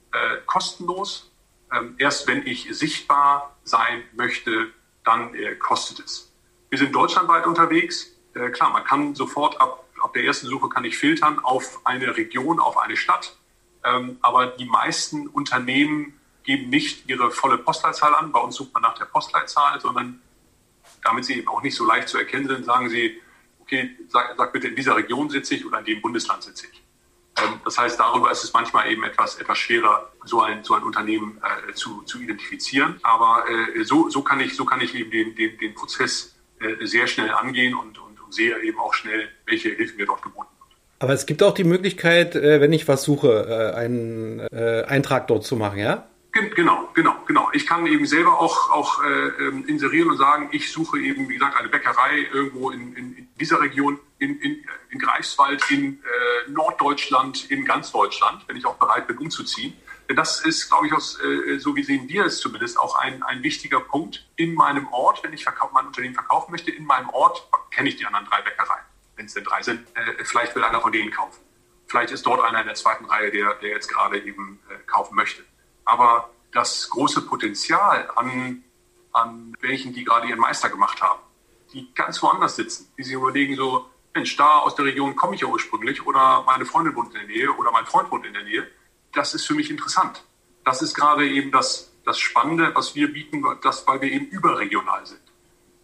kostenlos. Erst wenn ich sichtbar sein möchte, dann kostet es. Wir sind deutschlandweit unterwegs. Klar, man kann sofort ab der ersten Suche kann ich filtern auf eine Region, auf eine Stadt. Aber die meisten Unternehmen geben nicht ihre volle Postleitzahl an. Bei uns sucht man nach der Postleitzahl, sondern damit sie eben auch nicht so leicht zu erkennen sind, sagen sie, okay, sag bitte, in dieser Region sitze ich oder in dem Bundesland sitze ich. Das heißt, darüber ist es manchmal eben etwas schwerer, so ein Unternehmen zu identifizieren. Aber so kann ich eben den Prozess sehr schnell angehen und sehe eben auch schnell, welche Hilfe mir dort geboten wird.
Aber es gibt auch die Möglichkeit, wenn ich was suche, einen Eintrag dort zu machen, ja?
Genau. Ich kann eben selber auch inserieren und sagen, ich suche eben, wie gesagt, eine Bäckerei irgendwo in dieser Region, in Greifswald, in Norddeutschland, in ganz Deutschland, wenn ich auch bereit bin, umzuziehen. Denn das ist, glaube ich, so wie sehen wir es zumindest, auch ein wichtiger Punkt in meinem Ort, wenn ich mein Unternehmen verkaufen möchte. In meinem Ort kenne ich die anderen 3 Bäckereien, wenn es denn 3 sind. Vielleicht will einer von denen kaufen. Vielleicht ist dort einer in der 2. Reihe, der jetzt gerade eben kaufen möchte. Aber das große Potenzial an welchen, die gerade ihren Meister gemacht haben, die ganz woanders sitzen, die sich überlegen so, Mensch, da aus der Region komme ich ja ursprünglich oder meine Freundin wohnt in der Nähe oder mein Freund wohnt in der Nähe, das ist für mich interessant. Das ist gerade eben das Spannende, was wir bieten, weil wir eben überregional sind.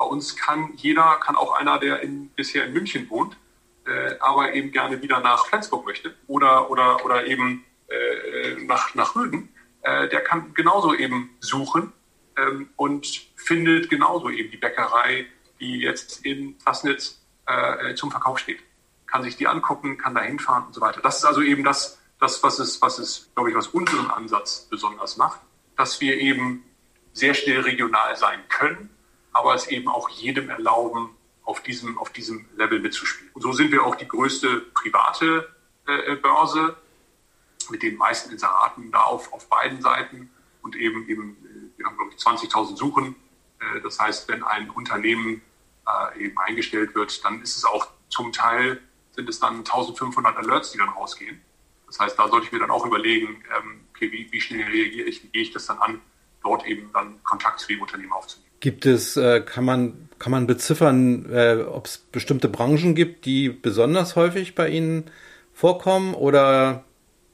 Bei uns kann auch einer, der bisher in München wohnt, aber eben gerne wieder nach Flensburg möchte oder eben nach Rügen, der kann genauso eben suchen und findet genauso eben die Bäckerei, die jetzt in Fassnitz zum Verkauf steht. Kann sich die angucken, kann da hinfahren und so weiter. Das ist also eben das was glaube ich, was unseren Ansatz besonders macht, dass wir eben sehr schnell regional sein können, aber es eben auch jedem erlauben, auf diesem Level mitzuspielen. Und so sind wir auch die größte private Börse mit den meisten Inseraten da auf beiden Seiten und eben wir haben, glaube ich, 20.000 Suchen. Das heißt, wenn ein Unternehmen eben eingestellt wird, dann ist es auch zum Teil, sind es dann 1.500 Alerts, die dann rausgehen. Das heißt, da sollte ich mir dann auch überlegen, okay, wie schnell reagiere ich, wie gehe ich das dann an, dort eben dann Kontakt zu dem Unternehmen aufzunehmen.
Gibt es, kann man beziffern, ob es bestimmte Branchen gibt, die besonders häufig bei Ihnen vorkommen, oder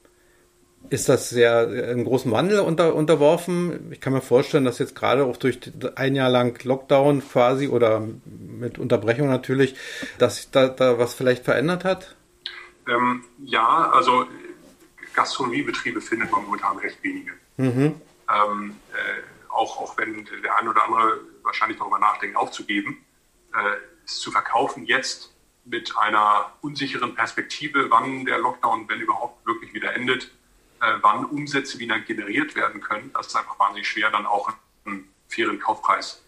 ist das sehr einem großen Wandel unterworfen? Ich kann mir vorstellen, dass jetzt gerade auch durch ein Jahr lang Lockdown quasi oder mit Unterbrechung natürlich, dass sich da was vielleicht verändert hat?
Ja, also Gastronomiebetriebe findet man momentan recht wenige. Mhm. Auch wenn der eine oder andere wahrscheinlich darüber nachdenkt, aufzugeben, es zu verkaufen jetzt mit einer unsicheren Perspektive, wann der Lockdown, wenn überhaupt, wirklich wieder endet, wann Umsätze wieder generiert werden können. Das ist einfach wahnsinnig schwer, dann auch einen fairen Kaufpreis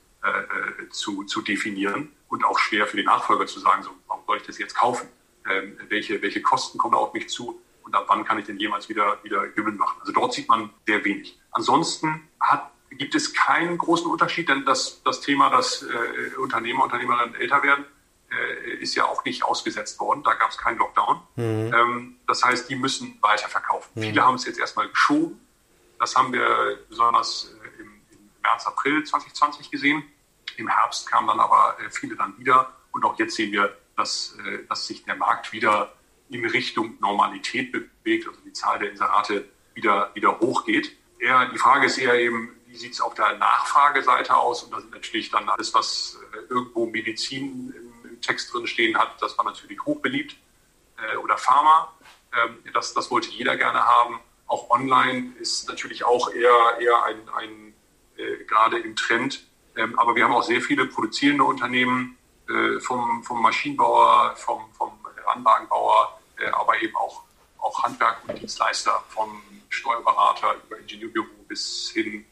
zu definieren und auch schwer für die Nachfolger zu sagen, so, warum soll ich das jetzt kaufen? Welche Kosten kommen auf mich zu und ab wann kann ich denn jemals wieder Gewinn machen? Also dort sieht man sehr wenig. Ansonsten gibt es keinen großen Unterschied, denn das Thema, dass Unternehmer, Unternehmerinnen älter werden, ist ja auch nicht ausgesetzt worden. Da gab es keinen Lockdown. Mhm. Das heißt, die müssen weiterverkaufen. Mhm. Viele haben es jetzt erstmal geschoben. Das haben wir besonders im März, April 2020 gesehen. Im Herbst kamen dann aber viele dann wieder. Und auch jetzt sehen wir, dass sich der Markt wieder in Richtung Normalität bewegt, also die Zahl der Inserate wieder hochgeht. Die Frage ist eher eben, wie sieht es auf der Nachfrageseite aus? Und da sind natürlich dann alles, was irgendwo Medizin im Text drin stehen hat, das war natürlich hochbeliebt. Oder Pharma, das wollte jeder gerne haben. Auch online ist natürlich auch eher ein gerade im Trend. Aber wir haben auch sehr viele produzierende Unternehmen, vom Maschinenbauer, vom Anlagenbauer, aber eben auch Handwerk und Dienstleister, vom Steuerberater über Ingenieurbüro bis hin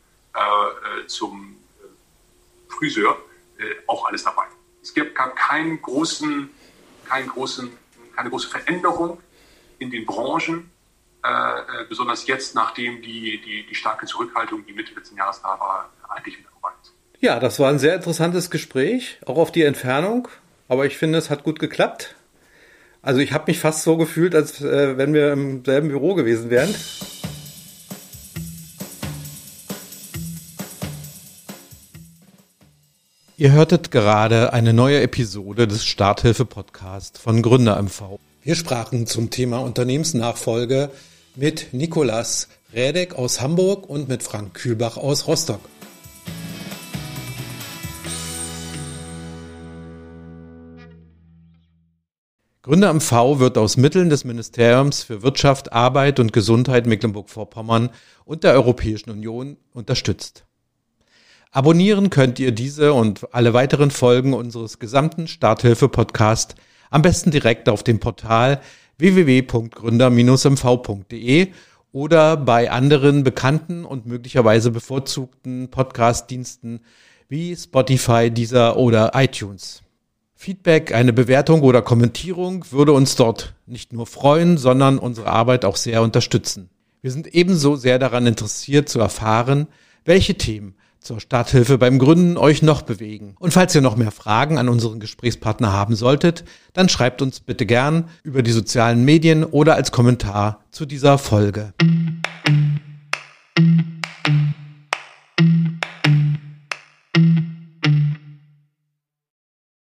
zum Friseur, auch alles dabei. Es gab keine große Veränderung in den Branchen, besonders jetzt, nachdem die starke Zurückhaltung, die Mitte letzten Jahres da war, eigentlich wieder vorbei ist.
Ja, das war ein sehr interessantes Gespräch, auch auf die Entfernung, aber ich finde, es hat gut geklappt. Also ich habe mich fast so gefühlt, als wenn wir im selben Büro gewesen wären. Ihr hörtet gerade eine neue Episode des Starthilfe-Podcasts von Gründer MV. Wir sprachen zum Thema Unternehmensnachfolge mit Nicolas Rädek aus Hamburg und mit Frank Kühlbach aus Rostock. Gründer MV wird aus Mitteln des Ministeriums für Wirtschaft, Arbeit und Gesundheit Mecklenburg-Vorpommern und der Europäischen Union unterstützt. Abonnieren könnt ihr diese und alle weiteren Folgen unseres gesamten Starthilfe-Podcasts am besten direkt auf dem Portal www.gründer-mv.de oder bei anderen bekannten und möglicherweise bevorzugten Podcast-Diensten wie Spotify, Deezer oder iTunes. Feedback, eine Bewertung oder Kommentierung würde uns dort nicht nur freuen, sondern unsere Arbeit auch sehr unterstützen. Wir sind ebenso sehr daran interessiert zu erfahren, welche Themen zur Starthilfe beim Gründen euch noch bewegen. Und falls ihr noch mehr Fragen an unseren Gesprächspartner haben solltet, dann schreibt uns bitte gern über die sozialen Medien oder als Kommentar zu dieser Folge.